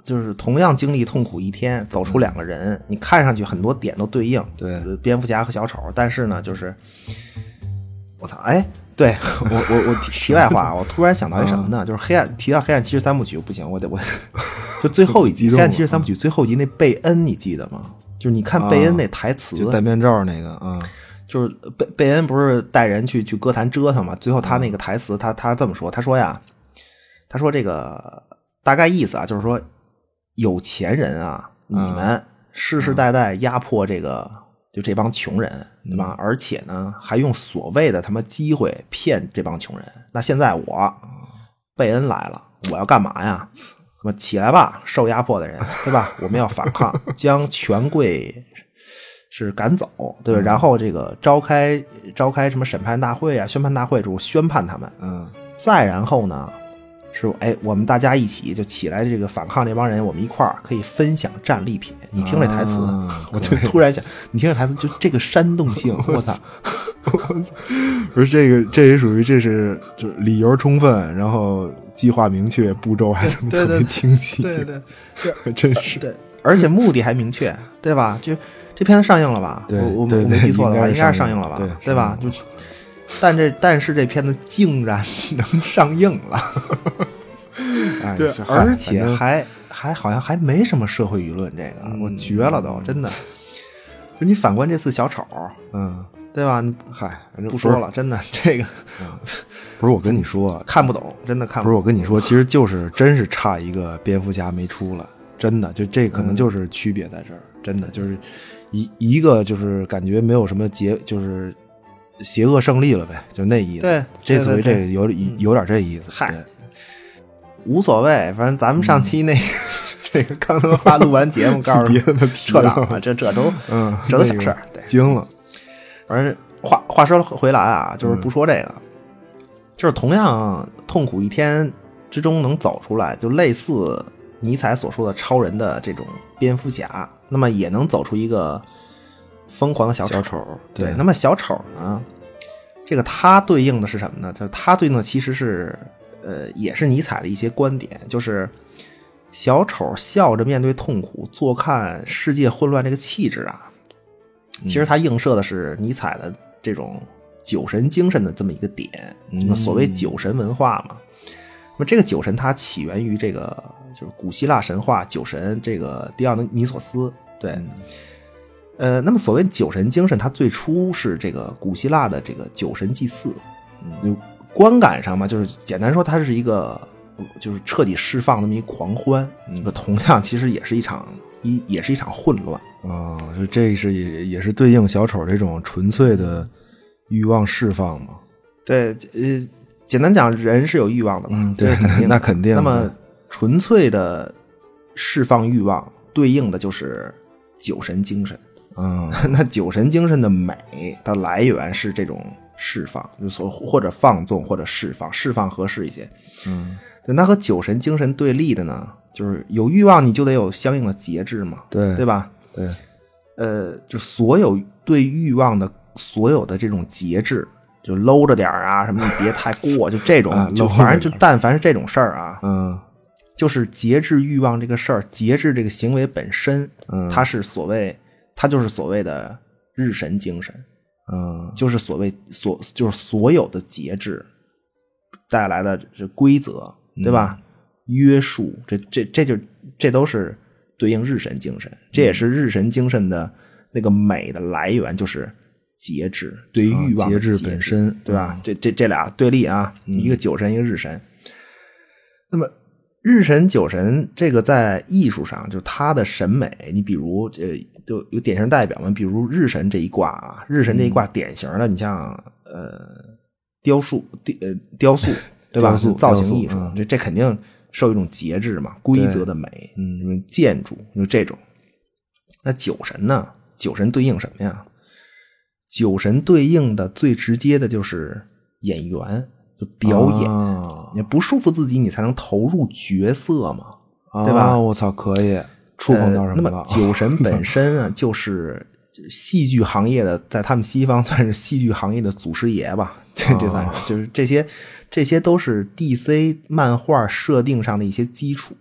就是同样经历痛苦一天，走出两个人，你看上去很多点都对应， 对， 蝙蝠侠和小丑，但是呢，就是我操，哎，对我我我题外话，我突然想到一什么呢？就是黑暗提到黑暗骑士三部曲，不行，我得我就最后一集黑暗骑士三部曲最后一集那贝恩，你记得吗？就是你看贝恩那台词， 就戴面罩那个啊。 就是贝贝恩不是带人去去歌坛折腾嘛？最后他那个台词，他他这么说，他说呀，他说这个大概意思啊，就是说有钱人啊，你们世世代代压迫这个就这帮穷人，对吧？而且呢，还用所谓的他妈机会骗这帮穷人。那现在我贝恩来了，我要干嘛呀？那么起来吧，受压迫的人，对吧？我们要反抗，将权贵是赶走，对吧？嗯、然后这个召开召开什么审判大会啊、宣判大会，就宣判他们。 嗯， 再然后呢，是哎，我们大家一起就起来，这个反抗这帮人，我们一块儿可以分享战利品。你听这台词，啊、我就突然想，你听这台词，就这个煽动性，我操！ 不是这个，这也属于这是就是理由充分，然后计划明确，步骤还特别清晰。 对对对，对真是。 对，而且目的还明确，对吧？就。这片子上映了吧？ 对， 我我对我没记错了吧？应该是上映了吧？ 对， 对吧？就，但这但是这片子竟然能上映了， 哎、 对，而且还还好像还没什么社会舆论，这个、嗯、我绝了都，真的。就你反观这次小丑， 嗯， 对吧？ 嗨， 不说了，真的这个、 嗯，不是我跟你说， 看不懂，真的看不懂。 不是我跟你说，其实就是真是差一个蝙蝠侠没出来，真的就这可能就是区别在这儿，嗯、真的就是。一一个就是感觉没有什么结，就是邪恶胜利了呗，就那意思。 对， 这次这个有有点这意思。 嗨，无所谓，反正咱们上期那个、嗯、这个刚他妈发录完节目，告诉别他妈撤档了，这这都嗯， 这都小事儿，对， 惊了。 反正话话说回来啊，就是不说这个，嗯、就是同样痛苦一天之中能走出来，就类似尼采所说的超人的这种蝙蝠侠。那么也能走出一个疯狂的小丑， 小丑对, 对。那么小丑呢？这个他对应的是什么呢？就是他对应的其实是，呃，也是尼采的一些观点，就是小丑笑着面对痛苦，坐看世界混乱这个气质啊，其实他映射的是尼采的这种酒神精神的这么一个点。那么所谓酒神文化嘛，那么这个酒神它起源于这个。就是古希腊神话酒神这个狄奥尼索斯，对，嗯、呃，那么所谓酒神精神，它最初是这个古希腊的这个酒神祭祀，嗯，观感上嘛，就是简单说，它是一个就是彻底释放那么一狂欢，嗯，同样其实也是一场一也是一场混乱啊，就这是也也是对应小丑这种纯粹的欲望释放嘛， 对，呃，简单讲，人是有欲望的嘛， 嗯，对， 肯定那肯定， 那么。纯粹的释放欲望，对应的就是酒神精神。 嗯， 那酒神精神的美的来源是这种释放，就所或者放纵或者释放，释放合适一些。 嗯， 对，那和酒神精神对立的呢，就是有欲望你就得有相应的节制嘛， 对对吧？ 对， 呃，就所有对欲望的所有的这种节制，就搂着点啊，什么你别太过，就这种， 啊、 就反正就但凡是这种事儿啊， 嗯。 就是节制欲望这个事儿，节制这个行为本身， 嗯， 它是所谓，它就是所谓的日神精神， 嗯， 就是所谓所就是所有的节制带来的这规则，对吧？嗯、约束，这这这就这都是对应日神精神，这也是日神精神的那个美的来源，就是节制，对于欲望的节制本身， 对吧？嗯、这这这俩对立啊， 嗯、 一个酒神，一个日神，那么。日神酒神这个在艺术上就是他的审美，你比如呃就有典型代表嘛，比如日神这一卦啊，日神这一卦典型的，你像呃雕塑呃雕塑对吧？造型艺术，这、嗯、这肯定受一种节制嘛，规则的美，嗯，建筑就这种。那酒神呢？酒神对应什么呀？酒神对应的最直接的就是演员。就表演， 啊、 你不束缚自己，你才能投入角色嘛， 啊、 对吧？ 我操，可以触碰到什么了？ 呃、那么酒神本身啊，就是戏剧行业的，在他们西方算是戏剧行业的祖师爷吧，这这算是、啊、就是这些，这些都是 D C 漫画设定上的一些基础，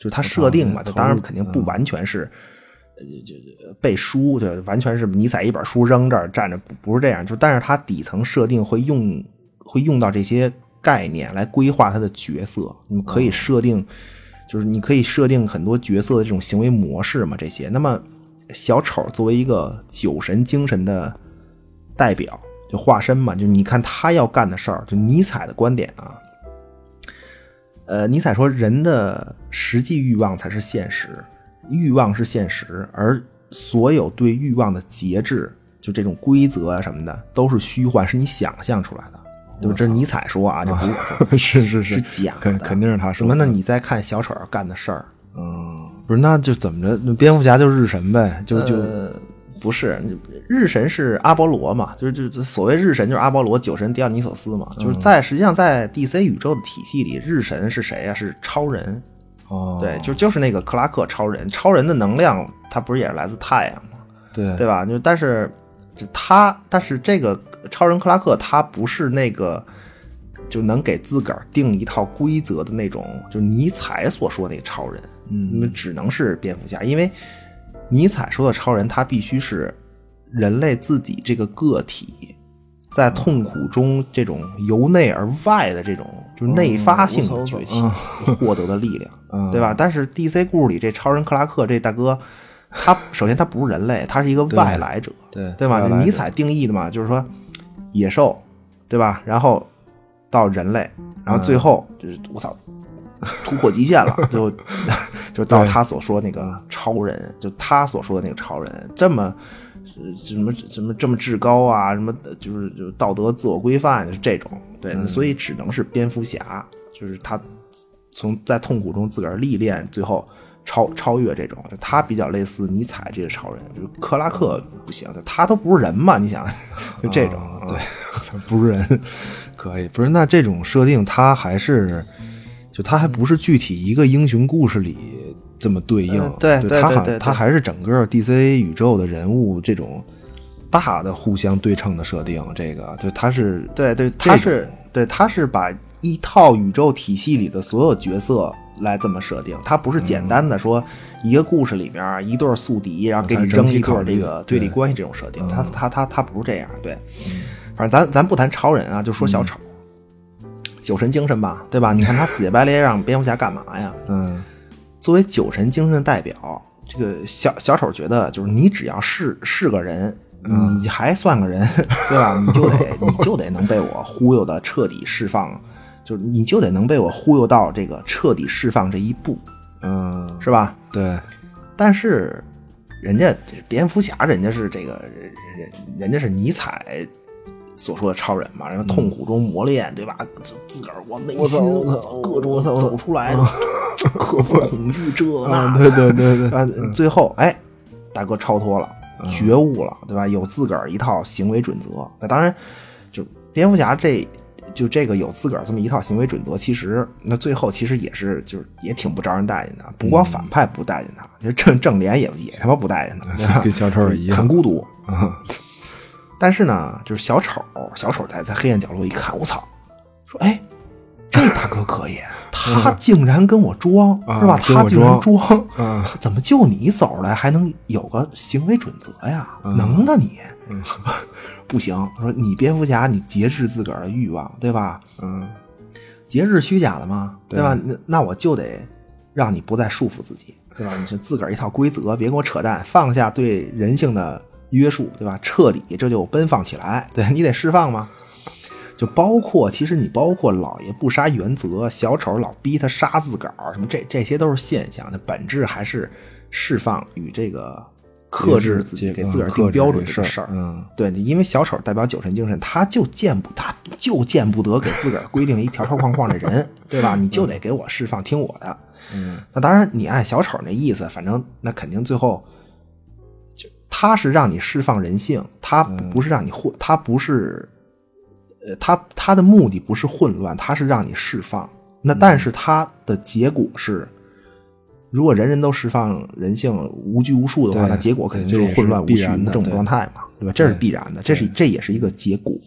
就是它设定嘛，就当然肯定不完全是。呃，就背书，就完全是尼采一本书扔这儿站着，不不是这样。就但是它底层设定会用会用到这些概念来规划他的角色。你可以设定，嗯、就是你可以设定很多角色的这种行为模式嘛，这些。那么小丑作为一个酒神精神的代表，就化身嘛，就你看他要干的事儿，就尼采的观点啊。呃，尼采说人的实际欲望才是现实。欲望是现实，而所有对欲望的节制，就这种规则啊什么的，都是虚幻，是你想象出来的。对吧？这是尼采说啊，这不是是是是假的， 肯肯定是他说的。 那你再看小丑要干的事儿， 嗯，不是，那就怎么着？蝙蝠侠就是日神呗，就就、 呃、不是日神是阿波罗嘛？就是就所谓日神就是阿波罗，酒神狄奥尼索斯嘛。就是在实际上在 D C 宇宙的体系里，日神是谁啊？是超人。 哦， 对，就就是那个克拉克超人，超人的能量，它不是也是来自太阳吗？ 对， 对吧？就但是就他，但是这个超人克拉克，他不是那个就能给自个儿定一套规则的那种，就是尼采所说的那个超人，嗯，只能是蝙蝠侠，因为尼采说的超人，他必须是人类自己这个个体在痛苦中这种由内而外的这种。就是内发性的崛起获得的力量， 嗯、 对吧？但是 D C 故事里这超人克拉克这大哥，他首先他不是人类，他是一个外来者， 对对吧？尼采定义的嘛，就是说野兽，对吧？然后到人类，然后最后就是我操，突破极限了，就就到他所说那个超人，就他所说的那个超人，这么。什么什么这么至高啊？什么就是就道德自我规范，就是这种对、嗯，所以只能是蝙蝠侠，就是他从在痛苦中自个儿历练，最后超超越这种，就他比较类似尼采这个超人，就是克拉克不行，他都不是人嘛，你想就这种， 啊、对，不是人，可以不是那这种设定，他还是就他还不是具体一个英雄故事里。这么对应， 嗯、对对对对， 他还是整个 D C 宇宙的人物这种大的互相对称的设定。这个，就他是对对，他是对他是把一套宇宙体系里的所有角色来这么设定，他不是简单的说一个故事里边一对宿敌，然后给你扔一对这个对立关系这种设定，他他他他不是这样。对，反正咱咱不谈超人啊，就说小丑，嗯、酒神精神吧，对吧？你看他死乞白赖让蝙蝠侠干嘛呀？ 嗯。 作为酒神精神的代表，这个小小丑觉得，就是你只要是是个人，你还算个人，对吧？你就得你就得能被我忽悠的彻底释放，就是你就得能被我忽悠到这个彻底释放这一步， 嗯， 是吧？ 对。 但是人家蝙蝠侠，人家是这个人，人家是尼采所说的超人嘛，然后痛苦中磨练，对吧？自个儿我内心各种走出来，克服恐惧，这那， 对对对对， 啊，最后哎，大哥超脱了，觉悟了，对吧？有自个儿一套行为准则。那当然，就蝙蝠侠这就这个有自个儿这么一套行为准则，其实那最后其实也是就是也挺不招人待见的。不光反派不待见他，就正正联也也他妈不待见他，对吧？ 跟小丑一样， 很孤独啊。但是呢，就是小丑，小丑在在黑暗角落一看，我操，说哎，这大哥可以，他竟然跟我装， 嗯、 是吧？他竟然装， 嗯、 怎么就你走来还能有个行为准则呀？ 嗯、 能的你， 嗯、 不行。说你蝙蝠侠，你节制自个儿的欲望，对吧？ 嗯， 节制虚假的嘛， 对吧？那那我就得让你不再束缚自己，对吧？你是自个儿一套规则，别跟我扯淡，放下对人性的约束，对吧？彻底这就奔放起来，对你得释放吗？就包括其实你包括老爷不杀原则，小丑老逼他杀自个儿，什么这这些都是现象，那本质还是释放与这个克制自己，给自个儿定标准这个事儿。 嗯， 对，因为小丑代表酒神精神，他就见不他就见不得给自个儿规定一条条框框的人，对吧？你就得给我释放，听我的。 嗯， 那当然，你按小丑那意思，反正那肯定最后。他是让你释放人性，他不是让你混，他不是，呃，他他的目的不是混乱，他是让你释放。那但是他的结果是，如果人人都释放人性，无拘无束的话，那结果肯定就是混乱无序、无症状态嘛，对吧？这是必然的，这是这也是一个结果。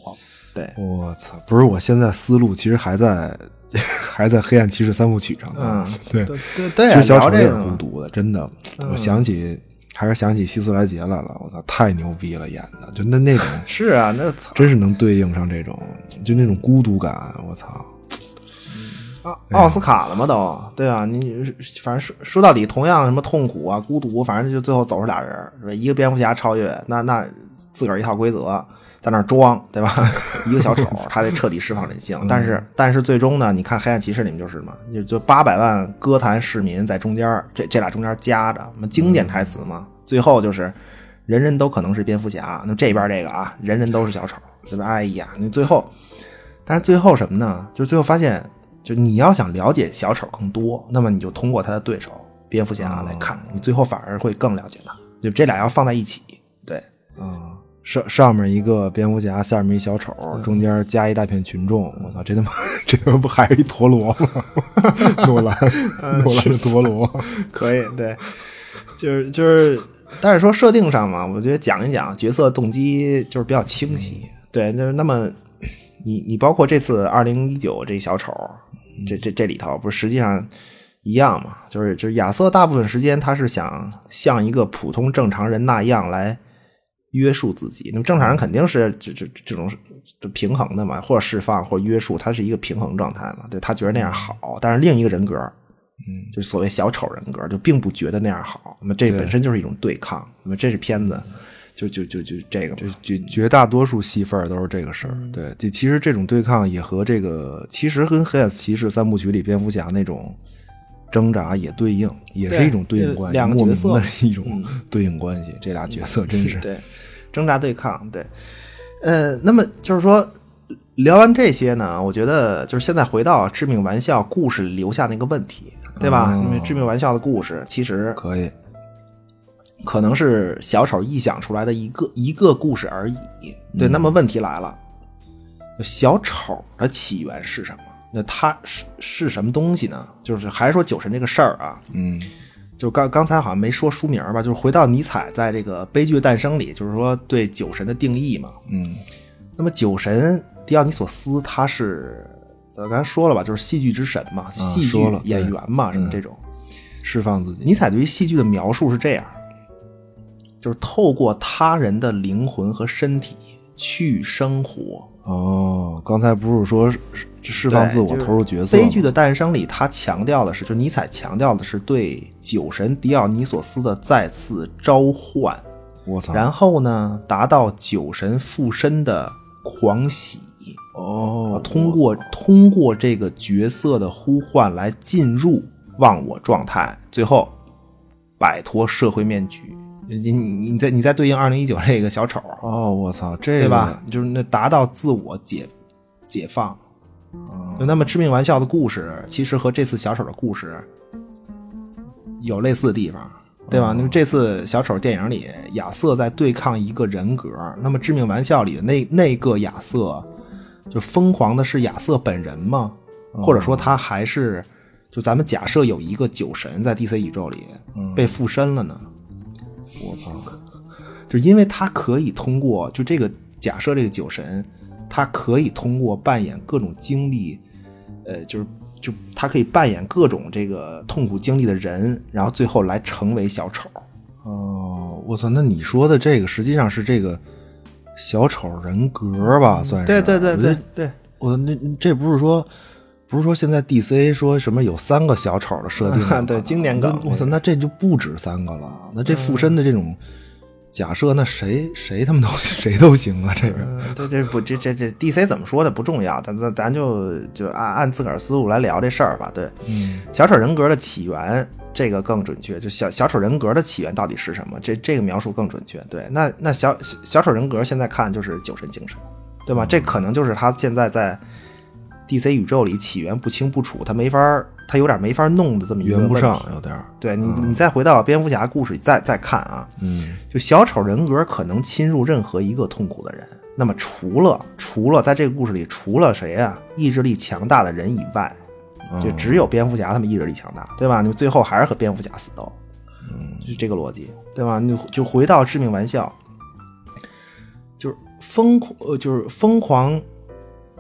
对， 我操，不是，我现在思路其实还在还在黑暗骑士三部曲上呢。 嗯， 对对对对， 其实小丑也是聊这个嘛孤独的，真的。 嗯我想起还是想起希斯莱杰来了，我操，太牛逼了，演的就那那种是啊，那操真是能对应上这种就那种孤独感，我操。 奥奥斯卡了嘛都，对吧？你反正说说到底，同样什么痛苦啊、孤独，反正就最后走出俩人，是吧？一个蝙蝠侠超越，那那自个儿一套规则，在那儿装，对吧？一个小丑，他得彻底释放人性。但是但是最终呢，你看黑暗骑士里面就是嘛，就就八百万歌坛市民在中间，这这俩中间夹着，什么经典台词嘛，最后就是人人都可能是蝙蝠侠，那这边这个啊，人人都是小丑，对吧？哎呀，你最后，但是最后什么呢？就是最后发现。就你要想了解小丑更多，那么你就通过他的对手蝙蝠侠来看，你最后反而会更了解他。就这俩要放在一起，对， 啊，上上面一个蝙蝠侠，下面一小丑，中间加一大片群众。我操，这他妈这他妈不还是一陀螺吗？诺兰，诺兰的陀螺， 可以，对，就是就是，但是说设定上嘛，我觉得讲一讲角色动机就是比较清晰，对，那那么。你你包括这次二零一九这小丑，这这这里头不是实际上一样嘛？就是就是亚瑟大部分时间他是想像一个普通正常人那样来约束自己。那么正常人肯定是这这这种平衡的嘛，或者释放或者约束，他是一个平衡状态嘛。对，他觉得那样好，但是另一个人格，嗯，就是所谓小丑人格，就并不觉得那样好。那么这本身就是一种对抗。那么这是片子。就就就就这个， 就绝绝大多数戏份都是这个事儿。对，就其实这种对抗也和这个，其实跟黑暗骑士三部曲里蝙蝠侠那种挣扎也对应，也是一种对应关系， 两个角色的一种对应关系。嗯、这俩角色真是对挣扎对抗。对，呃，那么就是说聊完这些呢，我觉得就是现在回到致命玩笑故事留下那个问题，对吧？ 哦、 因为致命玩笑的故事其实可以。 可能是小丑臆想出来的一个一个故事而已。对，那么问题来了，小丑的起源是什么？那他是是什么东西呢？就是还是说酒神这个事儿啊？ 嗯， 就刚刚才好像没说书名吧？就是回到尼采在这个《悲剧的诞生》里，就是说对酒神的定义嘛。 嗯， 那么酒神狄奥尼索斯他是咱刚才说了吧，就是戏剧之神嘛， 啊、 戏剧演员嘛，什么这种、 嗯、释放自己。 尼采对于戏剧的描述是这样。就是透过他人的灵魂和身体去生活。 哦，刚才不是说释放自我、投入角色？ 悲剧的诞生里，他强调的是，就尼采强调的是对酒神狄奥尼索斯的再次召唤。 我操！ 然后呢，达到酒神附身的狂喜。 哦， 通过通过这个角色的呼唤来进入忘我状态，最后摆脱社会面具。你你你再你再对应二零一九这个小丑哦，我操，这个对吧？就是那达到自我解解放。 嗯， 那么致命玩笑的故事其实和这次小丑的故事有类似的地方，对吧？那么这次小丑电影里，亚瑟在对抗一个人格，那么致命玩笑里的那那个亚瑟，就疯狂的是亚瑟本人吗？或者说他还是就咱们假设有一个酒神在 D C 宇宙里被附身了呢？ 我操！ 就因为他可以通过就这个假设这个酒神，他可以通过扮演各种经历，呃，就是就他可以扮演各种这个痛苦经历的人，然后最后来成为小丑。 哦，我操！那你说的这个实际上是这个小丑人格吧？算是？ 对对对对对。 我那这不是说。不是说现在 D C 说什么有三个小丑的设定吗？ 对，经典梗。 我操，那这就不止三个了。那这附身的这种假设，那谁谁他们都谁都行啊。这个， 嗯、对，这不这这这 D C 怎么说的不重要，咱咱咱就就按按自个儿思路来聊这事儿吧。对， 嗯， 小丑人格的起源这个更准确，就小小丑人格的起源到底是什么？这这个描述更准确。对，那那小小丑人格现在看就是酒神精神，对吧？这可能就是他现在在。D C 宇宙里起源不清不楚，他没法，他有点没法弄的这么一个圆不上，有点。 对你，嗯、你再回到蝙蝠侠故事里再再看啊， 嗯， 就小丑人格可能侵入任何一个痛苦的人。那么除了除了在这个故事里，除了谁啊，意志力强大的人以外，就只有蝙蝠侠他们意志力强大，对吧？你最后还是和蝙蝠侠死斗， 嗯， 就是这个逻辑，对吧？你就回到致命玩笑，就是疯狂，呃，就是疯狂。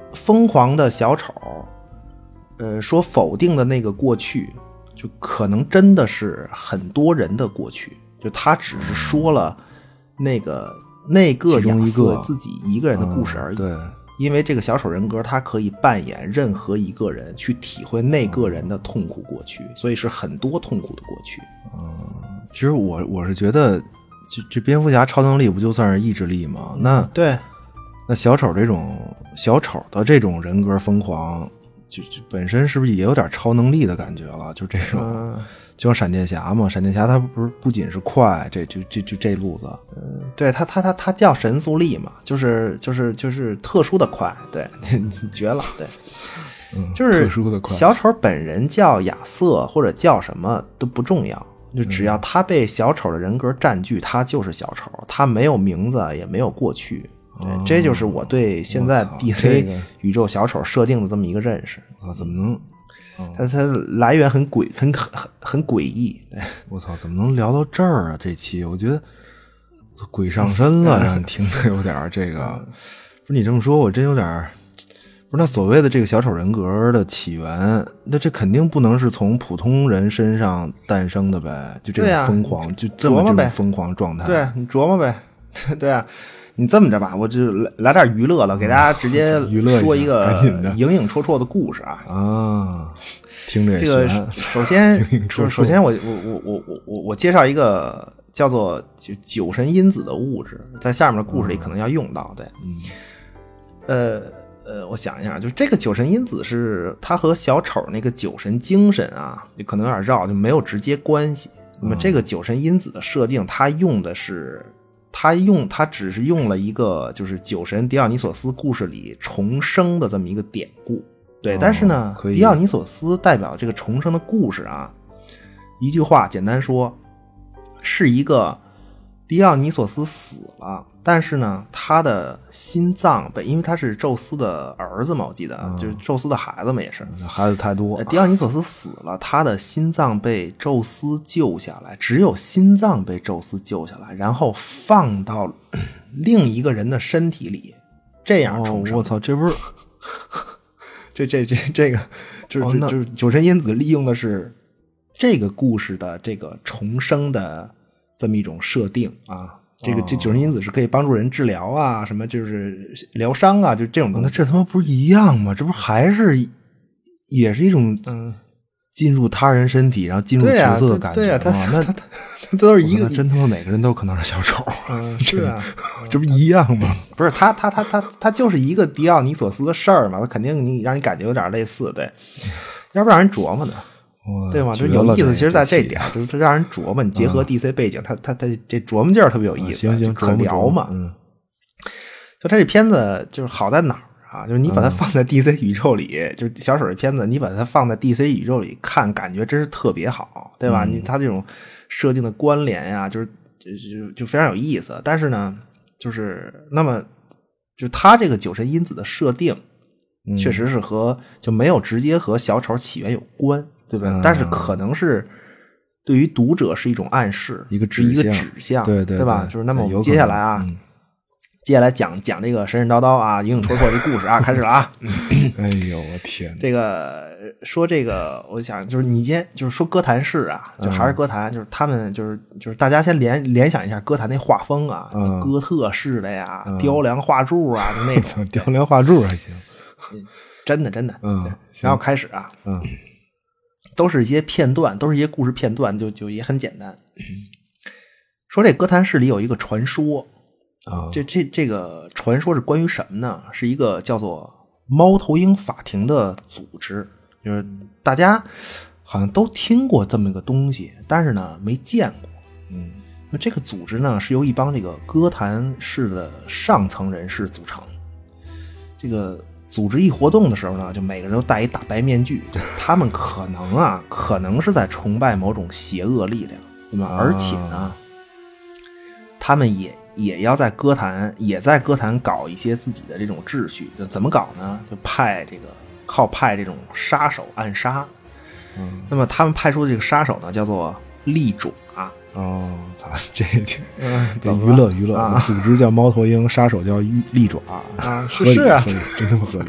疯狂的小丑，呃，说否定的那个过去，就可能真的是很多人的过去，就他只是说了那个那个亚瑟自己一个人的故事而已。 嗯、对， 因为这个小丑人格，他可以扮演任何一个人，去体会那个人的痛苦过去，所以是很多痛苦的过去。 嗯，其实我我是觉得，这这蝙蝠侠超能力不就算是意志力吗？那对， 那小丑这种小丑的这种人格疯狂。就就本身是不是也有点超能力的感觉了？就这种，嗯、就像闪电侠嘛，闪电侠他不是不仅是快，这就这就这路子， 嗯，对他他他他叫神速力嘛，就是就是就是特殊的快，对，绝了，对， 嗯， 就是特殊的快。 小丑本人叫亚瑟或者叫什么都不重要，就只要他被小丑的人格占据，他就是小丑，他没有名字也没有过去。对， 哦、 这就是我对现在 D C 宇宙小丑设定的这么一个认识。 啊，怎么能？ 哦、它它来源很诡，很很很诡异。对， 我操，怎么能聊到这儿啊？这期我觉得鬼上身了，让你听着有点这个。不是你这么说，我真有点。不是那所谓的这个小丑人格的起源，那这肯定不能是从普通人身上诞生的呗？就这种疯狂， 啊、 就这么这种疯狂状态。 对，你琢磨呗。对啊。你这么着吧，我就来来点娱乐了，给大家直接说一个影影绰绰的故事啊！ 啊，听着也这个首先就是首先我我我我我我我介绍一个叫做就酒神因子的物质，在下面的故事里可能要用到。对， 嗯， 呃呃，我想一下，就是这个酒神因子是它和小丑那个酒神精神啊，就可能有点绕，就没有直接关系。那么这个酒神因子的设定，它用的是。他用他只是用了一个就是酒神狄奥尼索斯故事里重生的这么一个典故，对，哦、但是呢，狄奥尼索斯代表这个重生的故事啊，一句话简单说，是一个狄奥尼索斯死了，但是呢，他的心脏被，因为他是宙斯的儿子嘛，我记得、嗯、就是宙斯的孩子嘛，也是孩子太多。 狄奥尼索斯死了，他的心脏被宙斯救下来，只有心脏被宙斯救下来，然后放到另一个人的身体里，这样重生。 我、哦、操，这不是这这这这个就是、哦、就是酒神因子利用的是这个故事的这个重生的这么一种设定啊。这个这酒神因子是可以帮助人治疗啊，什么就是疗伤啊，就这种东西。 那这他妈不是一样吗？这不还是也是一种嗯进入他人身体，然后进入角色的感觉。 对呀、啊，他那他他都是一个， 真他妈每个人都可能是小丑。 嗯，是啊， 这不一样吗？ 不是他他他他他就是一个狄奥尼索斯的事儿嘛，他肯定你让你感觉有点类似，对，要不让人琢磨呢。对吗？就有意思，其实在这点，就是让人琢磨。你结合 D C 背景，他他他这琢磨劲儿特别有意思， 行行， 可聊嘛。 嗯， 就他这片子就是好在哪儿啊？就是你把它放在 D C 宇宙里，就是小丑这片子，你把它放在 D C 宇宙里看，感觉真是特别好，对吧？你他这种设定的关联呀，就是就就就非常有意思。但是呢，就是那么就他这个酒神因子的设定，确实是和就没有直接和小丑起源有关。对吧、嗯？但是可能是对于读者是一种暗示， 一个指一个指向， 对对对吧？就是那么我们接下来啊， 嗯、 接下来讲讲这个神神叨叨啊、影影绰绰的故事啊，开始了啊！ 哎呦我天， 这个说这个，我想就是你先就是说歌坛市啊，就还是歌坛，嗯、就是他们就是就是大家先联联想一下歌坛那画风啊， 嗯、 哥特式的呀，嗯、雕梁画柱啊，就那种雕梁画柱还行， 真的真的， 嗯， 然后开始啊， 嗯。 都是一些片段，都是一些故事片段，就就也很简单。说这哥谭市里有一个传说啊， 这这这个传说是关于什么呢？是一个叫做猫头鹰法庭的组织，就是大家好像都听过这么一个东西，但是呢没见过。 嗯， 那这个组织呢是由一帮这个哥谭市的上层人士组成。这个组织一活动的时候呢，就每个人都戴一大白面具，他们可能啊，可能是在崇拜某种邪恶力量，对吧？ 啊、 而且呢，他们也也要在歌坛，也在歌坛搞一些自己的这种秩序。就怎么搞呢？就派这个靠派这种杀手暗杀。 嗯， 那么他们派出的这个杀手呢，叫做利爪。 哦，操，这嗯， 这娱乐娱乐、 啊， 组织叫猫头鹰，杀手叫利爪啊，是是啊， 真他妈合理。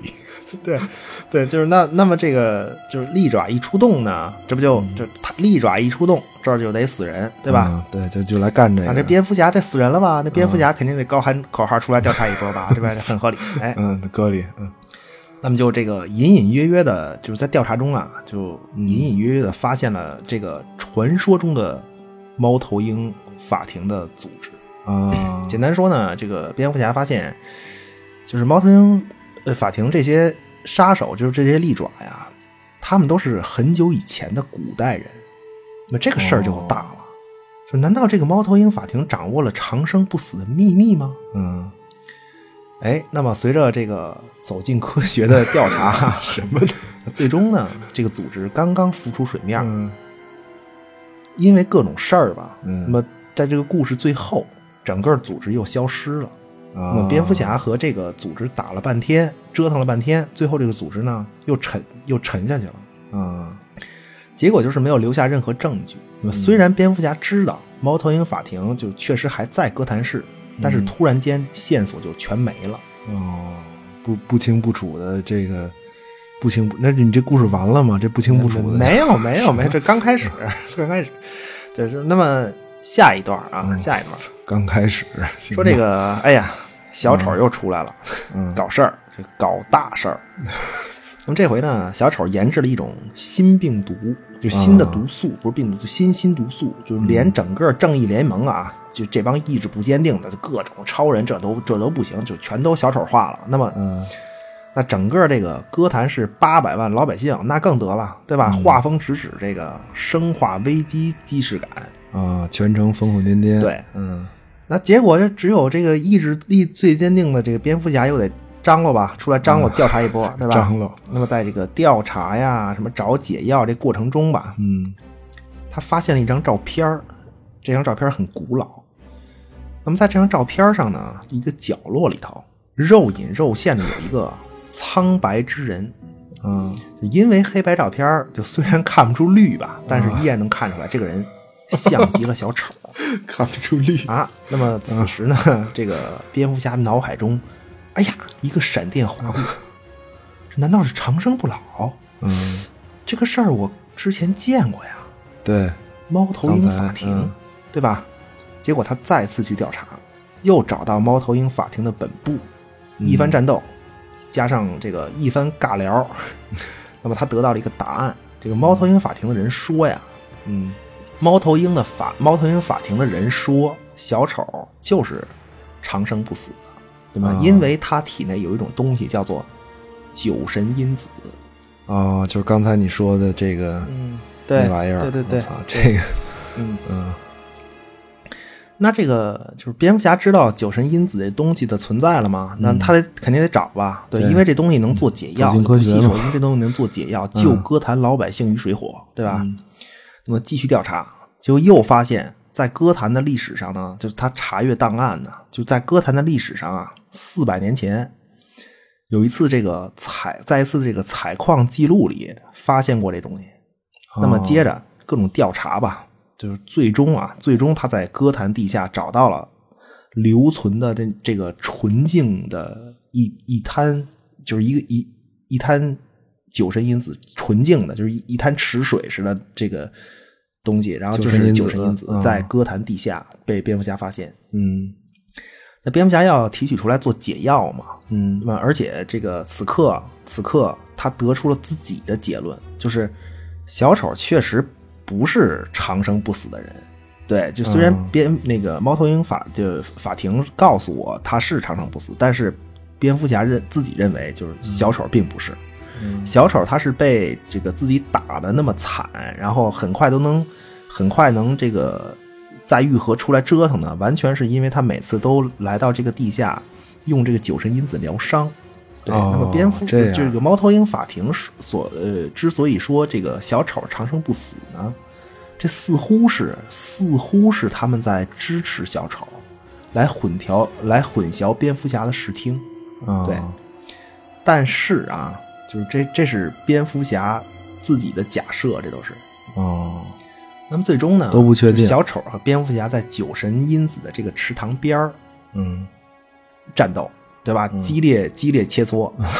对对，就是那那么这个就是利爪一出动呢，这不就、嗯、就他利爪一出动，这儿就得死人，对吧？ 嗯、对，就就来干这个。 那这蝙蝠侠这死人了吧？那蝙蝠侠肯定得高喊口号出来调查一波吧，对吧？这很合理。哎， 嗯，合理。嗯， 那么就这个隐隐约约的，就是在调查中啊，就隐隐约约的发现了这个传说中的猫头鹰法庭的组织啊。 简单说呢，这个蝙蝠侠发现，就是猫头鹰呃法庭这些杀手，就是这些利爪呀，他们都是很久以前的古代人。那这个事儿就大了，哦、就难道这个猫头鹰法庭掌握了长生不死的秘密吗？ 嗯。 哎，那么随着这个走进科学的调查什么的， 最终呢，这个组织刚刚浮出水面， 嗯、 因为各种事儿吧， 嗯、 那么在这个故事最后，整个组织又消失了。 啊、 那么蝙蝠侠和这个组织打了半天，折腾了半天，最后这个组织呢又沉又沉下去了。 啊、 结果就是没有留下任何证据。那么虽然蝙蝠侠知道猫头鹰法庭就确实还在哥谭市。但是突然间线索就全没了。 哦，不不清不楚的这个不清不，那你这故事完了吗？这不清不楚的没有没有没有，这刚开始刚开始，就是那么下一段啊， 嗯、 下一段刚开始说这个，哎呀，小丑又出来了， 嗯， 搞事儿，搞大事儿。那么这回呢，小丑研制了一种新病毒，就新的毒素，不是病毒，新新毒素，就是连整个正义联盟啊。就这帮意志不坚定的各种超人，这都这都不行，就全都小丑化了。那么， 嗯， 那整个这个哥谭市八百万老百姓，那更得了，对吧？ 嗯、 画风直指这个生化危机既视感啊，全程疯疯癫癫。 对， 嗯， 那结果这只有这个意志力最坚定的这个蝙蝠侠又得张罗吧，出来张罗调查一波， 嗯、 对吧？ 张罗。 那么在这个调查呀，什么找解药这过程中吧， 嗯， 他发现了一张照片，这张照片很古老。那么在这张照片上呢，一个角落里头肉隐肉现的有一个苍白之人。 嗯， 因为黑白照片就虽然看不出绿吧，但是依然能看出来这个人像极了小丑。 看不出绿啊。那么此时呢，嗯、这个蝙蝠侠脑海中，哎呀，一个闪电划过，这难道是长生不老？ 嗯， 这个事儿我之前见过呀。 对， 猫头鹰法庭， 嗯、 对吧？结果他再次去调查，又找到猫头鹰法庭的本部，一番战斗，嗯、加上这个一番尬聊，那么他得到了一个答案。这个猫头鹰法庭的人说呀， 嗯， 猫头鹰的法猫头鹰法庭的人说，小丑就是长生不死的，对吧？ 啊、 因为他体内有一种东西叫做酒神因子。 哦，就是刚才你说的这个， 嗯，对， 那玩意儿， 对对对， 这个， 嗯嗯。 那这个就是蝙蝠侠知道酒神因子这东西的存在了吗？那他得肯定得找吧，对， 对， 因为这东西能做解药， 科学因为这东西能做解药，救哥谭老百姓于水火，对吧？ 嗯、 那么继续调查，就又发现，在哥谭的历史上呢，就是他查阅档案呢，就在哥谭的历史上啊，四百年前有一次这个采，在一次这个采矿记录里发现过这东西。 哦、 那么接着各种调查吧。就是最终啊，最终他在哥谭地下找到了留存的这这个纯净的一一滩，就是一个一一滩酒神因子，纯净的，就是一一滩池水似的这个东西，然后就是酒神因子在哥谭地下被蝙蝠侠发现。 嗯， 那蝙蝠侠要提取出来做解药嘛， 嗯， 那么而且这个此刻此刻他得出了自己的结论，就是小丑确实不是长生不死的人。对，就虽然蝙、嗯、那个猫头鹰法就法庭告诉我他是长生不死，但是蝙蝠侠认自己认为就是小丑并不是。 嗯、 小丑他是被这个自己打的那么惨，然后很快都能很快能这个在愈合出来折腾呢，完全是因为他每次都来到这个地下用这个酒神因子疗伤。对， 哦、 那么蝙蝠这这个猫头鹰法庭所呃之所以说这个小丑长生不死呢，这似乎是似乎是他们在支持小丑，来混淆来混淆蝙蝠侠的视听。 哦、 对，但是啊，就是这这是蝙蝠侠自己的假设，这都是。 哦， 那么最终呢都不确定。 小丑和蝙蝠侠在酒神因子的这个池塘边儿， 嗯， 战斗。对吧？ 嗯、 激烈激烈切磋，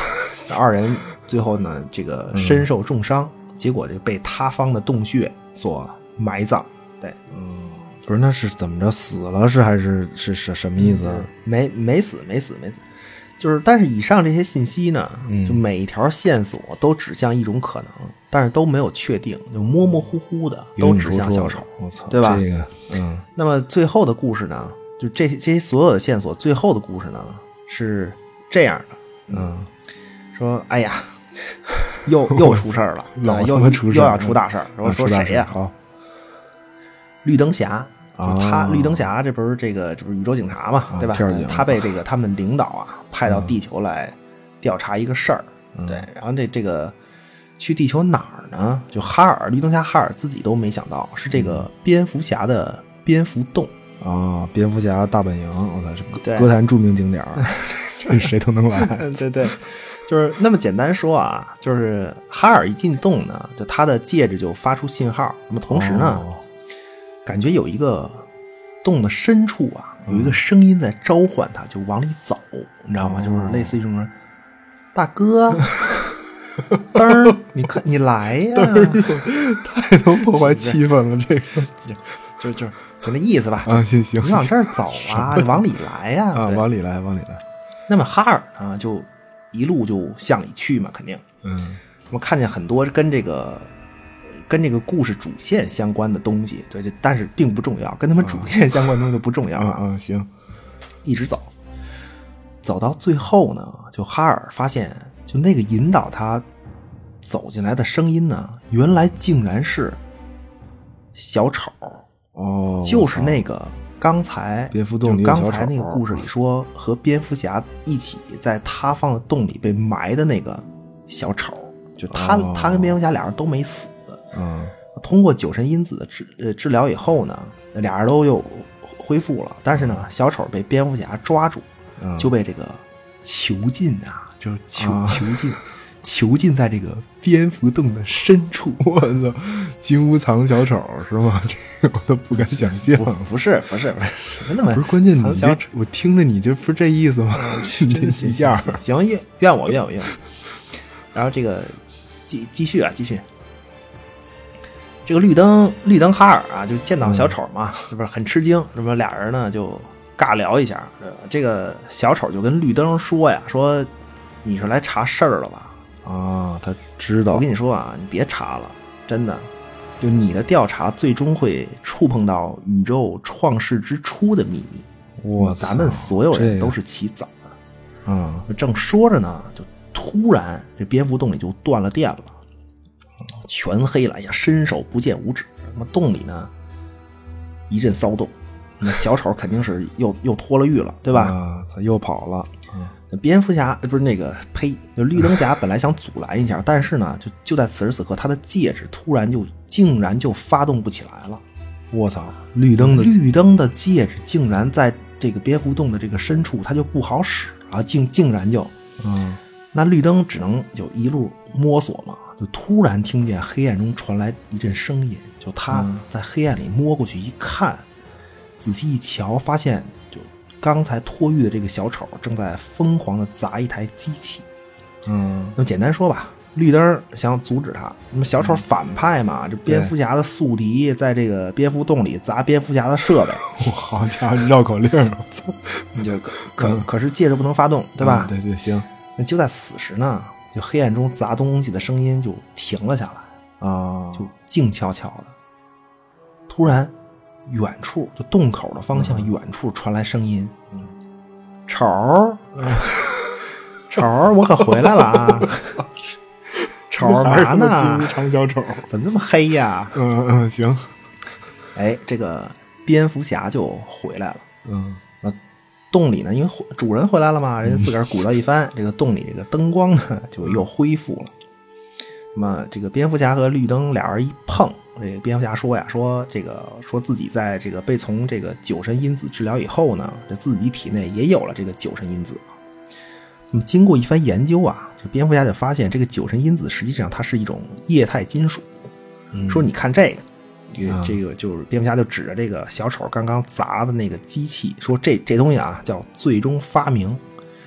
二人最后呢，这个身受重伤，嗯、结果就被他方的洞穴所埋葬。对， 嗯，不是，那是怎么着死了？是还是是是什么意思？ 嗯、没没死，没死，没死。就是，但是以上这些信息呢， 嗯、 就每一条线索都指向一种可能，但是都没有确定，就模模糊糊的都指向小丑， 我操， 对吧？ 这个，嗯。 那么最后的故事呢，就这这些所有的线索，最后的故事呢是这样的， 嗯， 说，哎呀，又又出事儿了， 老又出事又要出大事儿，说说谁呀？ 好， 绿灯侠。就他哦、 绿灯侠，这不是这个，这不是宇宙警察嘛， 啊、 对吧？他被这个他们领导啊派到地球来调查一个事儿， 嗯、 对。然后这这个去地球哪儿呢？就哈尔绿灯侠哈尔自己都没想到，是这个蝙蝠侠的蝙蝠洞啊、哦！蝙蝠侠大本营，我操， 这歌坛著名景点，这谁都能来。 对对，就是那么简单说啊，就是哈尔一进洞呢，就他的戒指就发出信号，那么同时呢。 哦， 感觉有一个洞的深处啊，有一个声音在召唤他，就往里走，你知道吗？就是类似于什么，大哥，灯儿，你看你来呀， 太能破坏气氛了，这个就就就那意思吧。 啊，行行， 你往这儿走啊，往里来呀， 啊，往里来，往里来。 那么哈尔呢，就一路就向里去嘛，肯定。 嗯， 我看见很多跟这个。跟这个故事主线相关的东西，对，但是并不重要，跟他们主线相关的东西不重要啊。啊，行， 一直走，走到最后呢，就哈尔发现，就那个引导他走进来的声音呢，原来竟然是小丑哦， 就是那个刚才蝙蝠洞里刚才那个故事里说和蝙蝠侠一起在他方的洞里被埋的那个小丑，就他、 哦、 他跟蝙蝠侠俩人都没死。 嗯， 通过酒神因子的治呃治疗以后呢，俩人都又恢复了。但是呢，小丑被蝙蝠侠抓住， 嗯、 就被这个囚禁啊，就是囚、 啊、 囚禁，囚禁在这个蝙蝠洞的深处。 我操，金屋藏小丑是吗？这个我都不敢想象。 不, 不是不是不是，那么不是关键，你这我听着你这不是这意思吗？ 你这形象行，怨怨我怨我怨我。然后这个继继续啊继续。这个绿灯绿灯哈尔啊，就见到小丑嘛，是不是很吃惊？是不是俩人呢就尬聊一下？这个小丑就跟绿灯说呀，说你是来查事儿了吧？ 啊，他知道。 我跟你说啊，你别查了，真的，就你的调查最终会触碰到宇宙创世之初的秘密。 我咱们所有人都是其崽儿。 嗯， 正说着呢，就突然这蝙蝠洞里就断了电了。全黑了，哎呀，伸手不见五指。那么洞里呢，一阵骚动，那小丑肯定是又又脱了狱了，对吧？ 啊，他又跑了。嗯， 那蝙蝠侠不是那个呸，就绿灯侠本来想阻拦一下，但是呢，就就在此时此刻，他的戒指突然就竟然就发动不起来了。 我操，绿灯的绿灯的戒指竟然在这个蝙蝠洞的这个深处，它就不好使了，竟竟然就， 嗯， 那绿灯只能就一路摸索嘛。就突然听见黑暗中传来一阵声音，就他在黑暗里摸过去一看，嗯、仔细一瞧，发现就刚才脱狱的这个小丑正在疯狂的砸一台机器。 嗯， 那么简单说吧，绿灯想阻止他，那么小丑反派嘛，这、嗯、蝙蝠侠的宿敌在这个蝙蝠洞里砸蝙蝠侠的设备， 好家伙，绕口令，我操！ 你就可可、嗯、可是戒指不能发动，对吧？ 嗯、对对，行。 那就在此时呢。就黑暗中砸东西的声音就停了下来啊， 就静悄悄的。突然，远处就洞口的方向，远处传来声音：“ 嗯， 丑儿，丑儿，我可回来了啊！丑儿嘛呢？ 金乌长小丑， 怎么这么黑呀？” 嗯嗯，行。 哎，这个蝙蝠侠就回来了。 嗯。 洞里呢，因为主人回来了嘛，人家自个儿鼓捣一番，嗯、这个洞里这个灯光呢就又恢复了。那么这个蝙蝠侠和绿灯俩人一碰，这个蝙蝠侠说呀，说这个说自己在这个被从这个酒神因子治疗以后呢，这自己体内也有了这个酒神因子。那么经过一番研究啊，这蝙蝠侠就发现这个酒神因子实际上它是一种液态金属。 嗯、 说你看这个。这个这个就是蝙蝠侠就指着这个小丑刚刚砸的那个机器，说这这东西啊叫最终发明，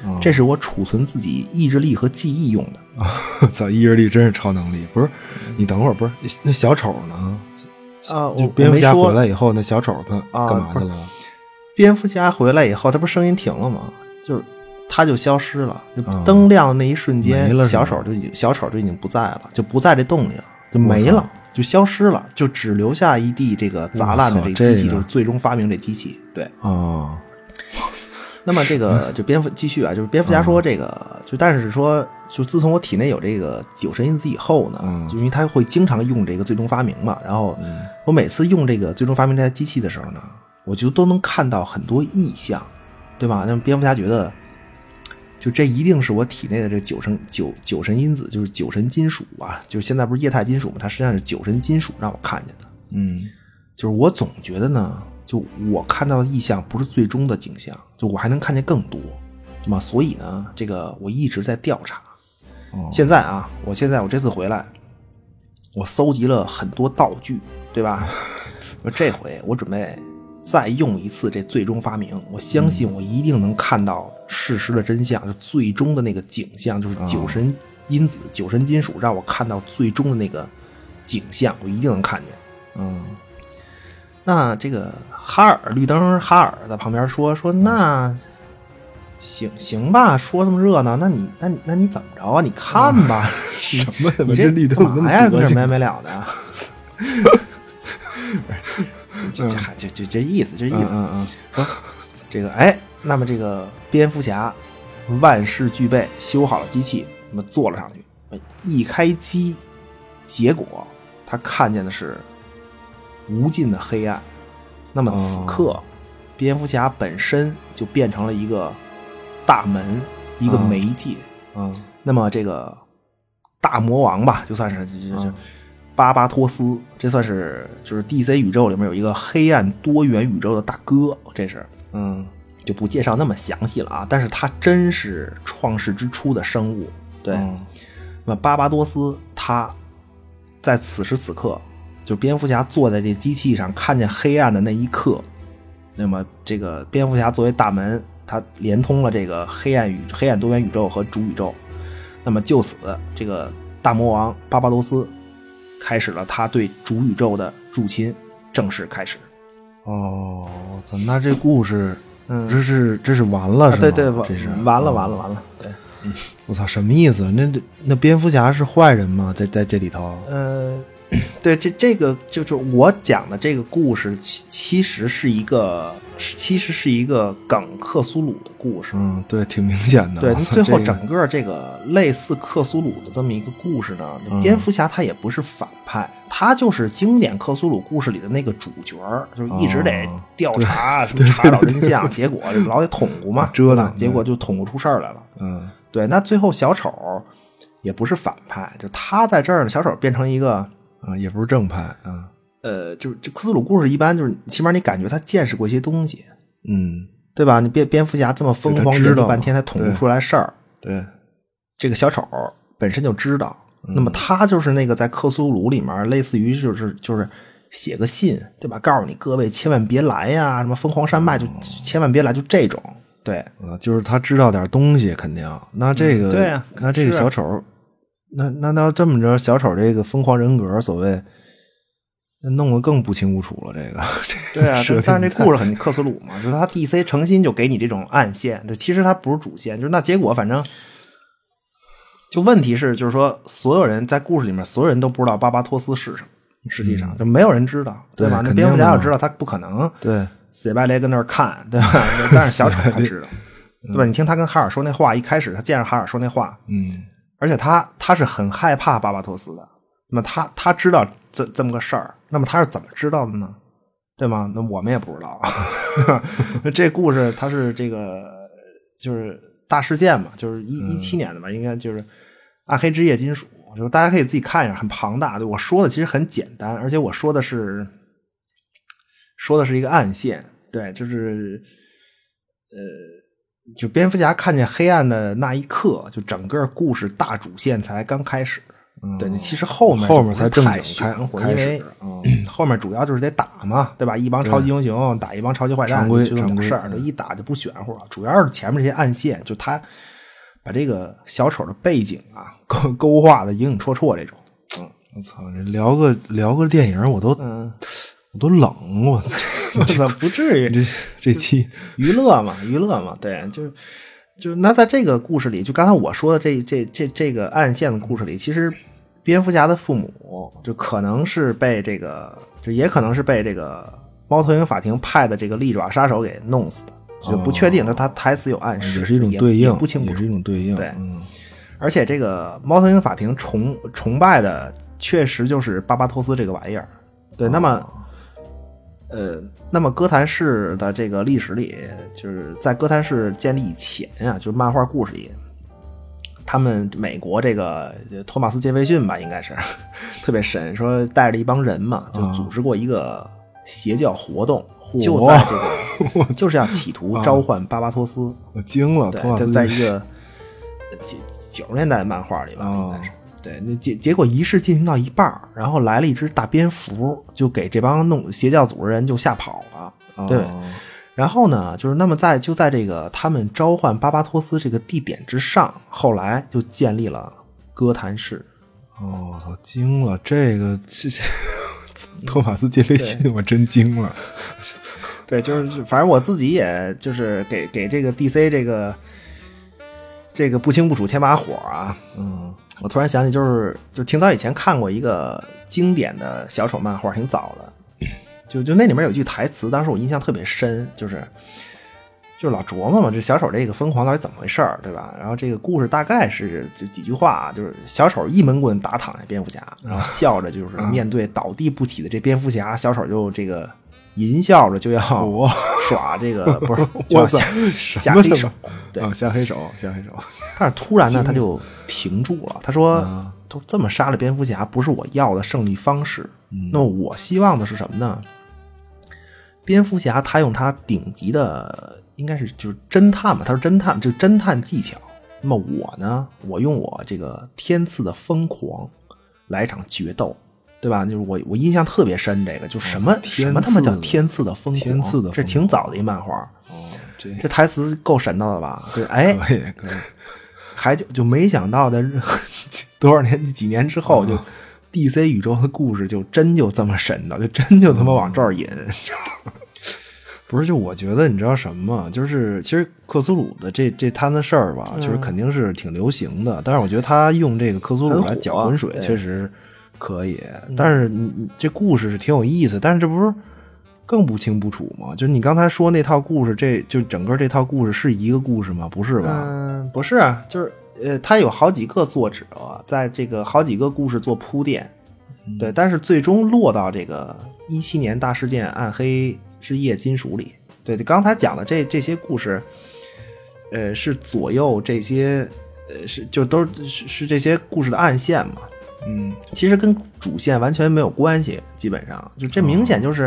哦、 这是我储存自己意志力和记忆用的。 我操，意志力真是超能力！不是，你等会儿，不是那小丑呢？ 啊， 就蝙蝠侠回来以后，那小丑他干嘛去了？ 啊、蝙蝠侠回来以后，他不是声音停了吗？就是他就消失了，就灯亮的那一瞬间， 嗯、 小丑就已经小丑就已经不在了，就不在这洞里了，就没了，就消失了，就只留下一地这个砸烂的这个机器， 这个、 就是最终发明这机器。对， 哦。 那么这个就蝙蝠继续啊，就是蝙蝠侠说这个，嗯、就但是说，就自从我体内有这个酒神因子以后呢， 嗯、 就因为他会经常用这个最终发明嘛，然后我每次用这个最终发明这台机器的时候呢，我就都能看到很多异象，对吧？那么蝙蝠侠觉得，就这一定是我体内的这酒神酒酒神因子，就是酒神金属啊，就是现在不是液态金属嘛，它实际上是酒神金属让我看见的。 嗯， 就是我总觉得呢。就我看到的异象不是最终的景象，就我还能看见更多，对吗？所以呢，这个我一直在调查。 哦、 现在啊，我现在我这次回来，我搜集了很多道具，对吧？我这回我准备再用一次这最终发明，我相信我一定能看到事实的真相，就最终的那个景象，就是酒神因子、酒神金属让我看到最终的那个景象，我一定能看见。 嗯。 那这个哈尔绿灯哈尔在旁边说说那行行吧，说这么热闹，那你那你那你怎么着啊？你看吧， 什么你这绿灯干嘛呀？跟这没没了的，这这这这这意思，这意思， 嗯嗯， 说这个哎，那么这个蝙蝠侠万事俱备，修好了机器，那么坐了上去，一开机，结果他看见的是无尽的黑暗。那么此刻、哦、蝙蝠侠本身就变成了一个大门，一个媒介。 嗯， 那么这个大魔王吧，就算是就就就巴巴托斯，这算是就是 D C 宇宙里面有一个黑暗多元宇宙的大哥，这是嗯就不介绍那么详细了啊。但是他真是创世之初的生物，对。 嗯、 那么巴巴多斯他在此时此刻。就蝙蝠侠坐在这机器上看见黑暗的那一刻，那么这个蝙蝠侠作为大门，他连通了这个黑暗宇黑暗多元宇宙和主宇宙。那么就此，这个大魔王巴巴多斯开始了他对主宇宙的入侵，正式开始。 哦，我操，那这故事， 嗯， 这是这是完了是吗？ 对对， 这是完了完了完了，对， 嗯，我操，什么意思？那那蝙蝠侠是坏人吗？在在这里头？ 呃。对，这这个就是我讲的这个故事，其其实是一个，其实是一个梗克苏鲁的故事。 嗯，对，挺明显的。 对，最后整个这个类似克苏鲁的这么一个故事呢， 嗯、 蝙蝠侠他也不是反派，他就是经典克苏鲁故事里的那个主角，就是一直得调查、哦、什么查找真相，结果老得捅咕嘛， 折腾， 结果就捅咕出事儿来了。 嗯， 对，那最后小丑也不是反派，就他在这儿呢，小丑变成一个。 啊，也不是正派啊， 呃，就是这克苏鲁故事一般就是起码你感觉他见识过一些东西， 嗯， 对吧？你蝙蝙蝠侠这么疯狂研究半天才捅不出来事儿， 对， 这个小丑本身就知道，嗯、那么他就是那个在克苏鲁里面类似于就是就是写个信，对吧？告诉你各位千万别来呀，什么疯狂山脉就千万别来，就这种，对， 啊，就是他知道点东西肯定，那这个、 嗯、对啊， 那这个小丑。那那那这么着，小丑这个疯狂人格，所谓那弄得更不清不楚了。这个对啊，但是这故事很克苏鲁嘛，就是他 D C 诚心就给你这种暗线，对，其实他不是主线，就是那结果反正就问题是，就是说所有人在故事里面，所有人都不知道巴巴托斯是什么，实际上、嗯、就没有人知道，对吧？ 对那蝙蝠侠要知道，他不可能对死白雷跟那儿看，对吧？但是小丑他知道，对吧？你听他跟哈尔说那话，一开始他见着哈尔说那话， 嗯。 而且他他是很害怕巴巴托斯的，那么他他知道这这么个事儿，那么他是怎么知道的呢？对吗？那我们也不知道。这故事它是这个就是大事件嘛，就是一一七年的吧，应该就是暗黑之夜金属，就大家可以自己看一下，很庞大。对我说的其实很简单，而且我说的是说的是一个暗线，对，就是呃。就蝙蝠侠看见黑暗的那一刻，就整个故事大主线才刚开始。 嗯、对，其实后面后面才正经太玄乎， 开因为、 嗯、 后面主要就是得打嘛，对吧？一帮超级英雄打一帮超级坏蛋，就这么点事儿，这一打就不玄乎了。主要是前面这些暗线，就他把这个小丑的背景啊勾勾画的影影绰绰这种。嗯， 我操，这聊个聊个电影，我都嗯， 我都冷，我操，不至于这这期娱乐嘛，娱乐嘛，对，就就那在这个故事里，就刚才我说的这这这这个暗线的故事里，其实。蝙蝠侠的父母就可能是被这个，就也可能是被这个猫头鹰法庭派的这个利爪杀手给弄死的，就不确定。他他台词有暗示， 也是一种对应， 不清楚， 也是一种对应。 对， 嗯， 而且这个猫头鹰法庭崇崇拜的确实就是巴巴托斯这个玩意儿。对，那么，哦、呃，那么哥谭市的这个历史里，就是在哥谭市建立以前啊，就是漫画故事里。他们美国这个托马斯杰斐逊吧，应该是特别神，说带着一帮人嘛，就组织过一个邪教活动， 哦、 就在这个就是要企图召唤巴巴托斯。 啊、我惊了， 对，就在一个九十年代的漫画里吧， 哦、 应该是。对，那结结果仪式进行到一半，然后来了一只大蝙蝠，就给这帮弄邪教组织人就吓跑了， 哦、 对。然后呢，就是那么在就在这个他们召唤巴巴托斯这个地点之上，后来就建立了哥谭市。 哦，我惊了，这个这这托马斯杰斐逊，我真惊了。 对，就是反正我自己也就是给给这个 D C 这个这个不清不楚添把火啊。嗯，我突然想起，就是就挺早以前看过一个经典的小丑漫画，挺早的。就就那里面有句台词，当时我印象特别深，就是就是老琢磨嘛，这小丑这个疯狂到底怎么回事儿，对吧？然后这个故事大概是就几句话，就是小丑一闷棍打躺下蝙蝠侠，然后笑着就是面对倒地不起的这蝙蝠侠，小丑就这个淫笑着就要耍这个不是我下下黑手，对， 下黑手下黑手。 但是突然呢，他就停住了，他说：“都这么杀了蝙蝠侠，不是我要的胜利方式。那我希望的是什么呢？”蝙蝠侠他用他顶级的应该是就是侦探嘛，他说侦探这侦探技巧。那么我呢，我用我这个天赐的疯狂来一场决斗，对吧？就是我我印象特别深，这个就什么、哦、什么他妈叫天赐的疯狂？ 天赐的疯狂， 这挺早的一漫画哦，这这台词够神的了吧？对，哎， 可以可以， 还就就没想到的多少年几年之后就。哦D C 宇宙的故事就真就这么神的，就真就他妈往这儿引。 不是，就我觉得你知道什么吗？就是其实克苏鲁的这这摊子事儿吧，就是肯定是挺流行的。嗯、但是我觉得他用这个克苏鲁来搅浑水，确实可以。但是你这故事是挺有意思，但是这不是更不清不楚吗？就是你刚才说那套故事，这就整个这套故事是一个故事吗？不是吧？ 嗯，不是啊，就是。呃，他有好几个作者在这个好几个故事做铺垫，嗯、对，但是最终落到这个一七年大事件《暗黑之夜金属》里。对，刚才讲的这这些故事，呃，是左右这些，呃，是就都是是是这些故事的暗线嘛。 嗯， 其实跟主线完全没有关系，基本上就这明显就是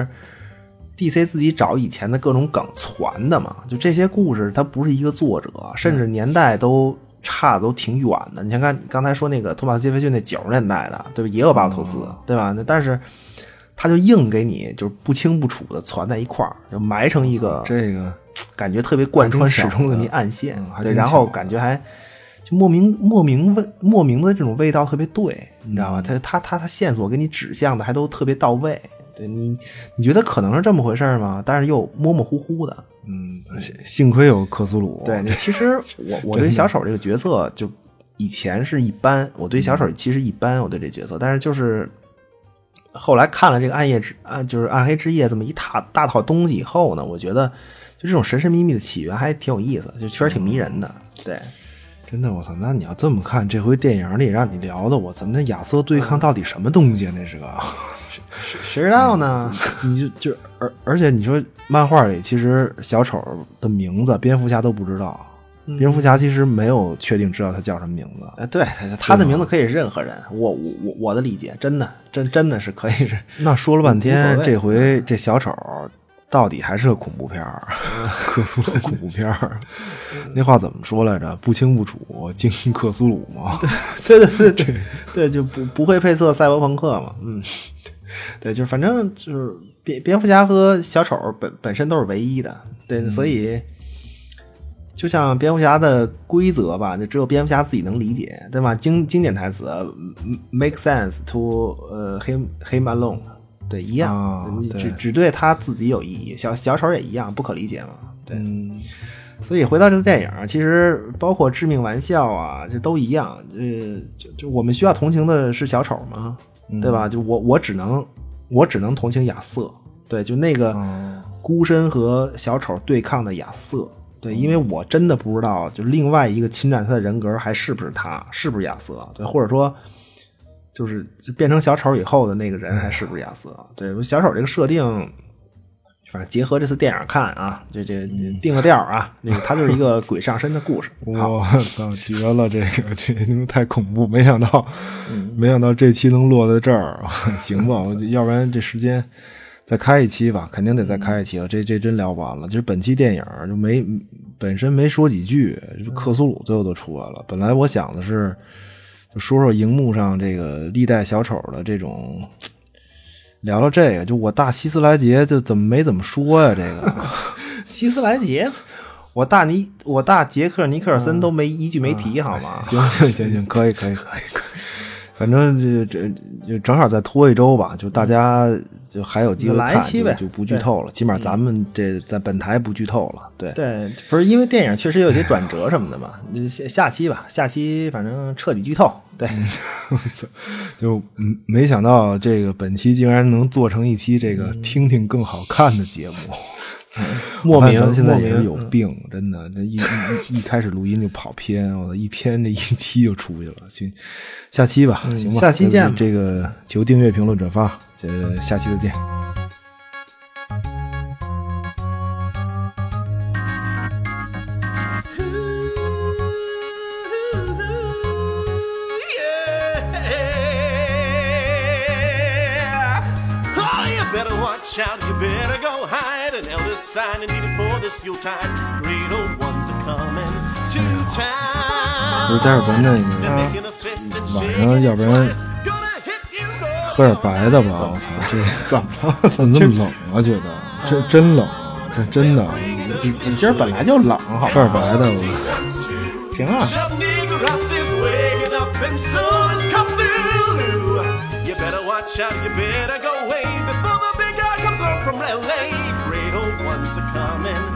D C 自己找以前的各种梗传的嘛。就这些故事，它不是一个作者，甚至年代都。差的都挺远的，你像看刚才说那个托马斯杰斐逊那九十年代的，对吧？也有巴巴托斯，嗯、对吧？那但是他就硬给你就是不清不楚的攒在一块儿，就埋成一个这个感觉特别贯穿始终的那暗线， 嗯、 对，然后感觉还就莫名莫名味莫名的这种味道特别对，你知道吧？他他他他线索给你指向的还都特别到位，对你你觉得可能是这么回事吗？但是又模模糊糊的。 嗯，幸亏有克苏鲁。 对，其实我我对小丑这个角色就以前是一般，我对小丑其实一般，我对这角色，但是就是后来看了这个暗夜之啊，就是暗黑之夜这么一大大套东西以后呢，我觉得就这种神神秘秘的起源还挺有意思，就确实挺迷人的。对， 真的，我操！那你要这么看，这回电影里让你聊的，我操，那亚瑟对抗到底什么东西啊？那是个。 谁知道呢？ 你就就而而且你说漫画里其实小丑的名字蝙蝠侠都不知道，嗯、蝙蝠侠其实没有确定知道他叫什么名字。 哎，对，他的名字可以是任何人。我我我我的理解，真的真真的是可以是。 那说了半天，这回这小丑到底还是个恐怖片儿，克苏鲁恐怖片儿。那话怎么说来着？不清不楚，惊克苏鲁嘛。 对对对对对，就不不会配色赛博朋克嘛。嗯，对，就是反正就是蝙蝙蝠侠和小丑本本身都是唯一的，对，嗯、所以就像蝙蝠侠的规则吧，就只有蝙蝠侠自己能理解，对吧？经经典台词 ，make sense to 呃 him him alone。对，一样， 哦、对只只对他自己有意义。小小丑也一样，不可理解嘛。对，嗯、所以回到这次电影，其实包括致命玩笑啊，这都一样。呃，就就我们需要同情的是小丑吗？嗯、对吧？就我我只能我只能同情亚瑟。对，就那个孤身和小丑对抗的亚瑟。对，因为我真的不知道，就另外一个侵占他的人格还是不是他，是不是亚瑟？对，或者说。就是就变成小丑以后的那个人还是不是亚瑟？对，小丑这个设定，反正结合这次电影看啊，这这定个调啊，那个他就是一个鬼上身的故事。 我操，绝了！这个这太恐怖，没想到，嗯、没想到这期能落在这儿。行吧，要不然这时间再开一期吧，肯定得再开一期了。这这真聊不完了。就是本期电影就没本身没说几句，克苏鲁最后都出来了。本来我想的是。就说说荧幕上这个历代小丑的这种，聊聊这个，就我大希斯莱杰就怎么没怎么说呀？这个希斯莱杰，我大尼我大杰克尼克尔森都没、嗯、一句没提，好吗？ 行行行行，可以可以可以可以，反正这这就正好再拖一周吧，就大家就还有机会看，就就不剧透了。起码咱们这在本台不剧透了。对对，不是因为电影确实有些转折什么的嘛，下下期吧，下期反正彻底剧透。对， 就没想到这个本期竟然能做成一期这个听听更好看的节目。 嗯、莫名咱现在也是有病，嗯、真的，这一一一开始录音就跑偏，我一偏这一期就出去了。行，下期吧， 嗯、 行吧， 下期见。 这个求订阅、评论、转发，呃，下期再见。 Shout, you better go hide. An elder sign and needed for this Yuletide. Great old ones are coming to town. 不是，待会儿咱那个晚上，要不然喝点白的吧。我操，这怎么了？ 怎么那么冷啊？觉得这真冷，这真的。 这今儿本来就冷，好吧？ 喝点白的，我行啊。 Watch out, you better go away before the big guy comes up from L A. Great old ones are coming